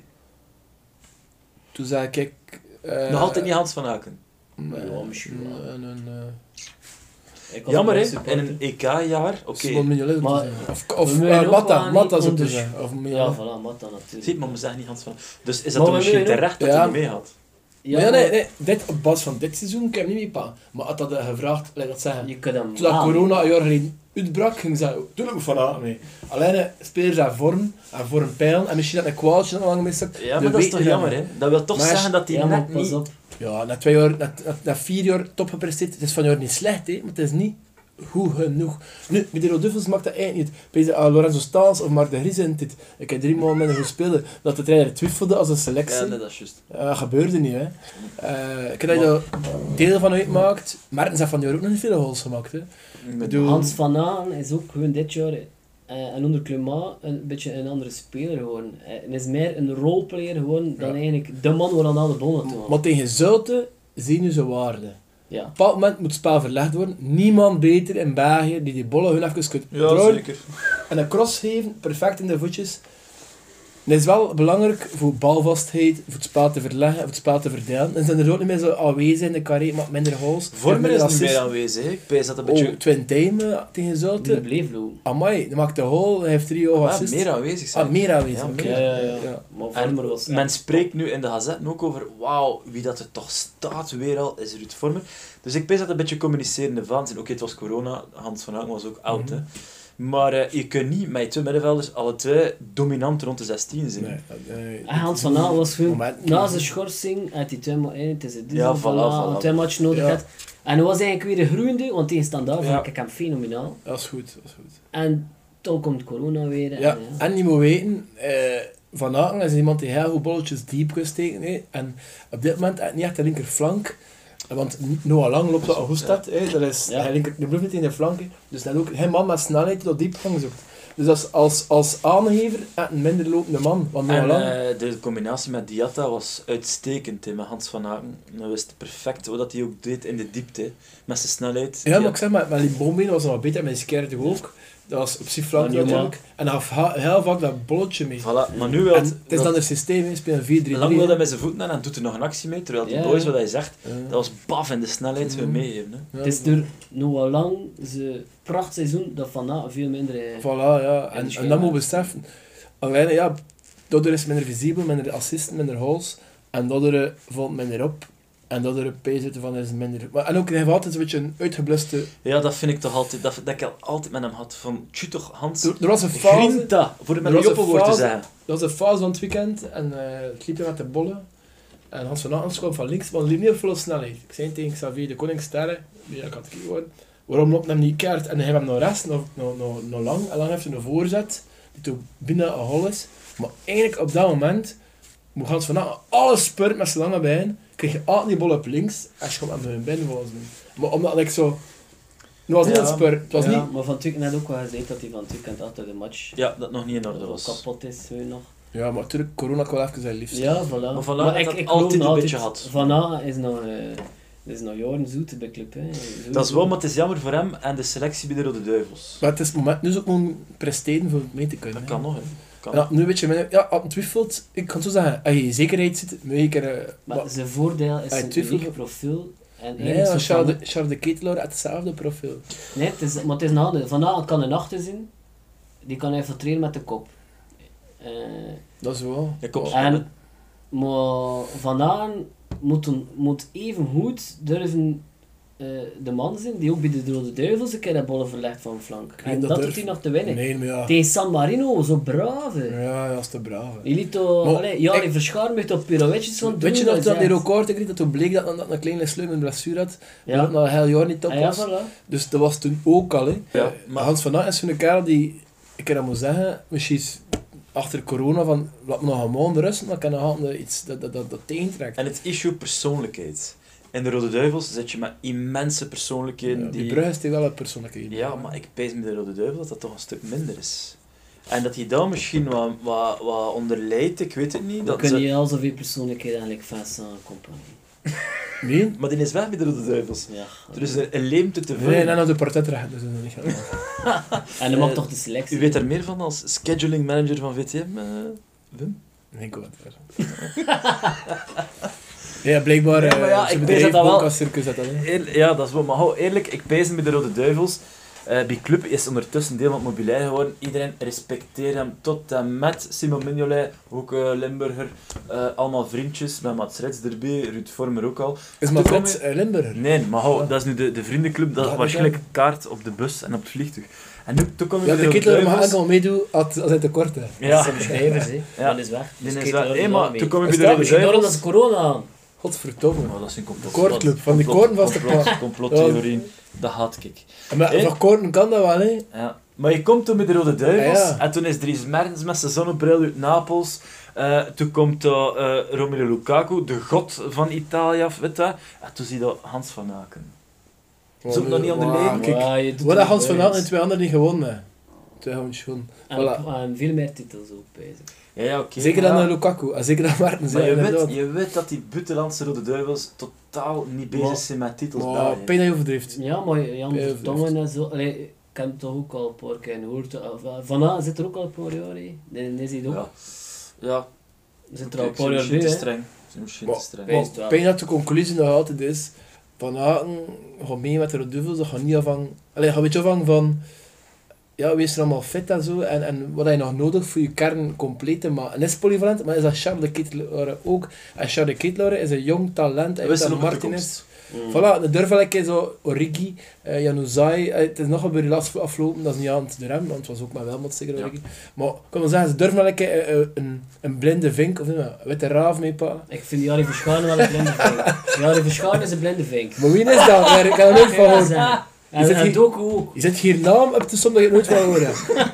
Toen zei ik... Nog altijd niet Hans van Aken. Ja, misschien wel. Ik was Jammer een hè, supporter. in een EK-jaar. Oké, Simon Mignolet Maar- te zeggen. Of we moeten ook Matta, wel Matta niet zou te onder- zeggen. Of Ja, Mignolet. voilà, Matta natuurlijk. zie maar we zeggen niet Hans van Aken. Dus is Maar dat dan we misschien willen ook- terecht dat Ja. hij niet mee had? Ja, maar nee, dit, op basis van dit seizoen kan ik hem niet mee pakken. Maar had dat gevraagd, laat ik dat zeggen. Je kunt hem Toen dat wel. corona een jaar geleden uitbrak, ging ze zeggen, doe ik van aan mee. Alleen spelers aan vorm pijlen en misschien dat een kwaaltje nog lang mist. Ja, maar dat is toch jammer hè? Dat wil toch Maar- zeggen dat hij Ja, maar net pas niet... op. Ja, na 2 jaar, na 4 jaar top gepresteerd. Het is van jou niet slecht, hè, maar het is niet goed genoeg. Nu, met de Rode Duivels maakt dat eigenlijk niet. Bij Lorenzo Staals of Mark de Gries in dit. Ik heb 3 maanden minder gespeeld. Dat de trainer twijfelde als een selectie. Ja, nee, dat is juist. Dat gebeurde niet, hè. Ik heb dat je er deel van uitmaakt. Mertens heeft van die jaar ook nog niet veel goals gemaakt, hè. Ik bedoel, Hans van Aan is ook gewoon dit jaar en onder Clément een beetje een andere speler geworden. Hij is meer een roleplayer geworden dan eigenlijk de man waar dan alle bonnen toe maar tegen Zulte zien je zijn waarde. Ja. Op een bepaald moment moet het spel verlegd worden. Niemand beter in België die bollen hun even kunt Ja, draaien zeker. en een cross geven, perfect in de voetjes. En het is wel belangrijk voor balvastheid, voor het spel te verleggen, voor het spel te verdelen. En zijn er ook niet meer zo aanwezig in de carré, maar minder goals. Vormer is niet assists. meer aanwezig. Hè. Ik pijs dat een beetje... Oh, Twin Time tegen Die Zulte. bleef lopen. Amai, die maakt de goal, hij heeft 3 assists. meer aanwezig zijn. Meer aanwezig. Ja, oké. Ja. Maar En Vormer was men spreekt nu in de gazetten ook over, wauw, wie dat er toch staat weer al, is Ruud Vormer. Dus ik pijs dat een beetje communicerende van zijn. Oké, het was corona, Hans van Aken was ook oud, hè. Maar je kunt niet met je 2 middenvelders alle 2 dominant rond de 16 zijn. Nee. En Hans van Aan was gewoon Moment. na zijn schorsing uit die 2 matchen, het is het Ja, voilà, voilà. 2 matchen nodig Ja. had. En hij was eigenlijk weer de groeiende, want tegen Standaard Ja. vond ik hem fenomenaal. Dat is goed, dat is goed. En toen komt corona weer. Ja, en je moet weten, Van Aken is iemand die heel goed bolletjes diep kan steken. Hè. En op dit moment niet echt de linkerflank. Want Noah Lang loopt al goed staat. Dat is Ja. hij linker, de blijft niet in de flank. Hè. Dus dan ook geen man met snelheid die dat diepgang zoekt. Dus als aangever een minder lopende man. Want Noah En Lang... de combinatie met Diatta was uitstekend, hè, met Hans van Aken. Dat wist perfect wat hij ook deed in de diepte, hè. Met zijn snelheid. Ja, maar ik zeg maar, met Limbombe was nog beter, met zijn skerde ook. Dat was op zijn flank Ja, natuurlijk. En hij had heel vaak dat bolletje mee. Voilà. Maar nu wil En het is dan een systeem, hè. Spelen 4-3-3. Lang wil hij met zijn voeten aan en doet er nog een actie mee, terwijl die Ja, boys, ja. wat hij zegt, dat was baf in de snelheid Mhm. we meegeven. Hè. Ja, Het is door Noah Lang, zijn prachtseizoen, dat Van Aken veel minder... Voilà, ja. En En dat moet je beseffen. Alleen, ja, daardoor is het minder visibel, minder assisten, minder goals. En daardoor valt minder op. En daardoor pees van is minder... Maar, en ook, hij heeft altijd een beetje een uitgebluste... Ja, dat vind ik toch altijd, dat ik al altijd met hem had. Van, tju toch, Hans, Er was een fase... grinta, voor het met er een was een joppelwoord te fase- zeggen. Dat was een fase van het weekend. En het liep met de bollen. En Hans van Aken kwam van links, maar het liep niet op volle snelheid. Ik zei tegen Xavier de Koningssterre, die ik had gekeken worden, waarom loopt hem niet kaart? En hij heeft hem nog rest, nog lang. En lang heeft hij een voorzet, die toen binnen een hol is. Maar eigenlijk op dat moment, moet Hans van Aken alles spurt met zijn lange been, kreeg je altijd die bol op links, en je komt hem door binnen volgens mij. Maar omdat ik zo... Het was niet Ja. een spurt, het was ja, niet... maar van het weekend net ook wel gezegd dat hij van het weekend achter de match Ja, dat nog niet in orde was. kapot is. Weet je nog. Ja, maar natuurlijk, corona kan wel even zijn liefst. Ja, voilà. Maar Van Aken had geloof altijd een nog beetje had. Van Aken is nog jaren zoet bij club. Hè. Dat is wel, maar het is jammer voor hem en de selectie bij de Rode Duivels. Maar het is het moment nu ook gewoon presteren voor het mee te kunnen. Dat hè. kan nog, hè. Kan. Ja, nu weet je, ja, als het twijfelt, ik kan het zo zeggen, als je zekerheid zit, moet je een keer... Maar zijn voordeel is Hij zijn twijfelt- unieke profiel. En nee, eigenlijk als zo van- Charles de Ketelaar had hetzelfde profiel. Nee, maar het is een ander. Van Aken kan een achter zien. Die kan infiltreren met de kop. Dat is wel... Ja, kom. En, maar Van Aken moet even goed durven de man zijn die ook bij de Rode Duivels een keer de bollen verlegt van flank. weet En dat dat durf- doet hij nog te winnen. Nee, maar ja. Tegen San Marino, zo braaf. hè. Ja, dat is te braaf. hè. Elito, Maar allee, ja, ik- die verscharmigt op pirouetjes van Weet je doen, nog dat die is record kreeg, dat toen bleek dat hij een kleine sluim blessure had, Ja. dat nog een heel jaar niet top echt... Ja, was. voilà. Dus dat was toen ook al, hè. Ja, maar- Hans van Aken is zo'n kerel die, ik kan dat maar zeggen, misschien is achter corona van, laat me nog een maand rusten, maar ik kan nog altijd iets dat tegentrekt. En het issue persoonlijkheid. In de Rode Duivels zit je met immense persoonlijkheden Ja, die die... Brugge is die wel een persoonlijkheid. Ja, maar ik pijs met de Rode Duivel dat dat toch een stuk minder is. En dat hij daar misschien wat onder lijdt, ik weet het niet. We Dat kunnen ze... je al zoveel persoonlijkheden eigenlijk Vincent Compagnie. Nee? Maar die is weg bij de Rode Duivels. Ja. Er is een leemte te Nee, vullen. nee, nou de portretrecht, dus dat is nog niet gedaan. En dan mag toch de selectie. U weet er meer van als scheduling manager van VTM, Wim? Nee, ik wil het wel. Ja, blijkbaar, Nee, maar ja, ze ik bedrijf weet dat wel. podcast circus dat dan, hè. Ja, dat is wel. Maar hou eerlijk, ik pijs met de Rode Duivels. Bij Club is ondertussen deel van het mobilier geworden. Iedereen respecteert hem tot en met. Simon Mignolet, ook Limburger. Allemaal vriendjes, met Mats Rets erbij, Ruud Vormer ook al. Is Toen maar kom Frits Limburger. Nee, maar hou, dat is nu de vriendenclub, dat is Ja, waarschijnlijk dat kaart op de bus en op het vliegtuig. En nu, toen kom ik Ja, bij de de Ketelaar mag Duivels. enkel meedoen als hij tekort heeft. Ja. Soms schrijvers, hè. Ja. Dat is weg. Die Dus is Ketelaar wel- doet maar wel mee. toen kom ik Is bij de dat Rode Misschien daarom dat Duivels. ze corona aan. Godverdomme. Oh, dat is een complot. Koortclub, van die koorten was de Complottheorieën, dat haat ik. Maar van koorten kan dat wel, hè. Ja. Maar je komt toen met de Rode Duivels, Ja. en toen is Dries Mertens met zijn zonnebril uit Napels. Toen komt Romelu Lukaku, de god van Italië, weet je. En toen zie je Hans van Aken. Zoek nog niet aan de leden. Kijk, Maar je doet wat het Hans van wel Aken en eens. 2 anderen niet gewonnen. 2 gewoon schoon. En, Voilà. en veel meer titels ook bezig. Ja, oké. Zeker maar dan ja. Lukaku. En zeker dan Martens. Maar Ja, inderdaad. je weet dat die buitenlandse Rode Duivels totaal niet bezig Maar- zijn met titels Maar België. pijn dat je overdrijft. Ja, maar Jan Ja, Vertongen en zo. Allee, ik heb het toch ook al een paar keer gehoord. Van A zit er ook al een paar jaar in. Nee, is hij ook. Ja. Ja, Zit er al een ik paar zijn jaar misschien bij, te hè. streng. Ze zijn misschien Maar- te streng. Wij- het wel. Pijn dat de conclusie nog altijd is, Van Aken gaat mee met de Rode Duivels, dat gaat niet afhangen... Allee, gaat een beetje afhangen van... Ja, wees er allemaal fit en zo, en wat heb je nog nodig voor je kern compleet te maken. En is polyvalent, maar is dat Charles de Ketelaere ook. En Charles de Ketelaere is een jong talent, hij We heeft zijn dat op de Martinez. Mm. Voilà, de durf wel een keer zo Origi, Januzaj, het is nog een beetje last afgelopen, dat is niet aan de rem, want het was ook maar wel moet zeker Ja. Origi. Maar ik kan wel zeggen, ze durven wel een keer een blinde vink, of een witte raaf meepakken. Ik vind Jari Verschanen wel een blinde vink. Jari Verschanen is een blinde vink. Maar wie is dat? Daar kan er nooit van horen. En, zit en hier- Doku ook. Je zet hier naam op de som dat je het nooit van horen.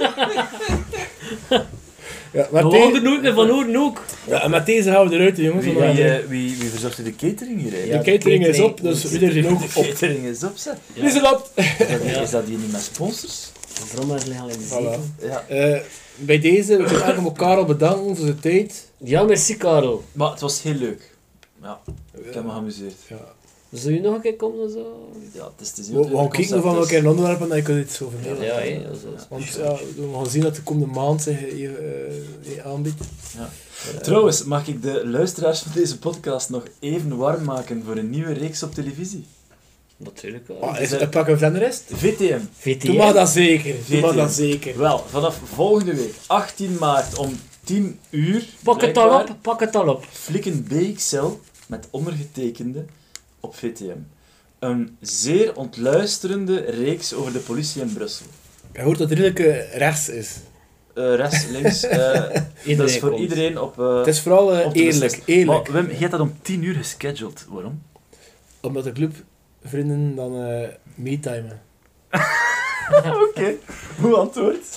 Ja, maar We houden er nooit meer van horen ook. ja, en met deze gaan we eruit, hè, jongens. Wie, want, wie verzorgde de catering hier de eigenlijk? Ja, catering is op, catering dus moet iedereen ook De op. catering is op, zeg. Wie is het op? Is dat hier niet met sponsors? Vrommers liggen al in de zetel. Voilà. Ja. Bij deze, we kunnen eigenlijk elkaar bedanken voor zijn tijd. Ja, merci Karel. Maar het was heel leuk. Ja, ik heb me geamuseerd. Ja. Zou je nog een keer komen of zo? Ja, het is te zien We gaan kijken van welke onderwerpen dat je kunt iets over nemen. Ja, hè. Zo. Want ja, we gaan zien dat de komende maand zich aanbiedt. Trouwens, mag ik de luisteraars van deze podcast nog even warm maken voor een nieuwe reeks op televisie? Natuurlijk wel. Ah, is het een pakken van de rest? VTM. VTM? Toen mag dat zeker. Toen mag VTM. dat zeker. Wel, vanaf volgende week, 18 maart om 10 uur, Pak het al op, pak het al op. Flikken BXL met ondergetekende op VTM. Een zeer ontluisterende reeks over de politie in Brussel. Je hoort dat het redelijk rechts is. Rechts, links, dat is voor komt. iedereen op... Het is vooral op te eerlijk. beslissen. Eerlijk. Maar Wim, je hebt dat om 10 uur gescheduled. Waarom? Omdat de clubvrienden dan meetimen. Oké, goed antwoord.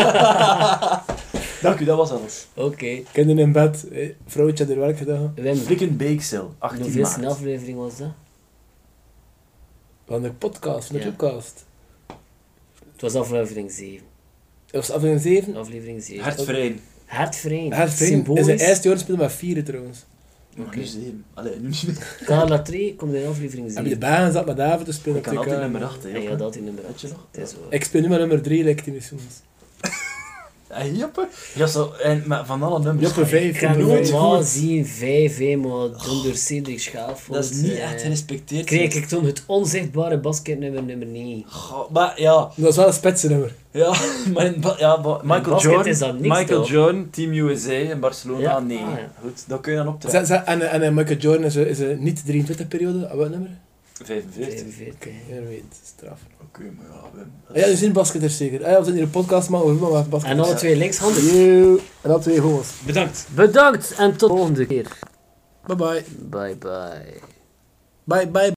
Dank u, dat was alles. Oké. Kinderen in bed, vrouwtje had er werk gedaan. Wim, Flikken BXL, 18 hoeveelste maart. aflevering was dat? Van de podcast, van de Ja. clubcast. Het was aflevering 7. Dat was aflevering 7. Aflevering 7. Hartverein. Hartverein. Is Symbolisch. een eerste jaar spelen met 4 trouwens. Nog nu 7. Allee, nu niet meer. Carla 3 komt in aflevering 7. Heb je de baan zat met David te spelen Ik op kan altijd TK. nummer 8, hè. En ja, dat in nummer Weet je 8. nog? Het is wel. Ik speel nu met nummer 3, lijkt die missions. En Joppe? Ja, zo, en met van alle nummers. Joppe 5. Ik ga nummer normaal vijf. zien 5, maar onder Cedric Schaafvoort. Dat is niet echt gerespecteerd. Kreeg ik toen het onzichtbare basketnummer nummer 9. Goh, maar ja, Dat is wel een spetsennummer. ja, maar Michael basket Jordan, is dat niks, Michael toch? Jordan, Team USA in Barcelona, Ja, nee. ah, ja. Goed, dat kun je dan optrekken. En Michael Jordan is een niet 23-periode. Wat nummer? 45. 45. Oké, ja, weet, straf. Oké, maar ja, Wim. Ah, ja, we zijn basketters zeker. Ah, ja, we zijn hier een podcast maken over En basketters. alle twee linkshandig. Yo. En al 2 homo's. Bedankt. Bedankt en tot de volgende keer. Bye bye. Bye bye. Bye bye.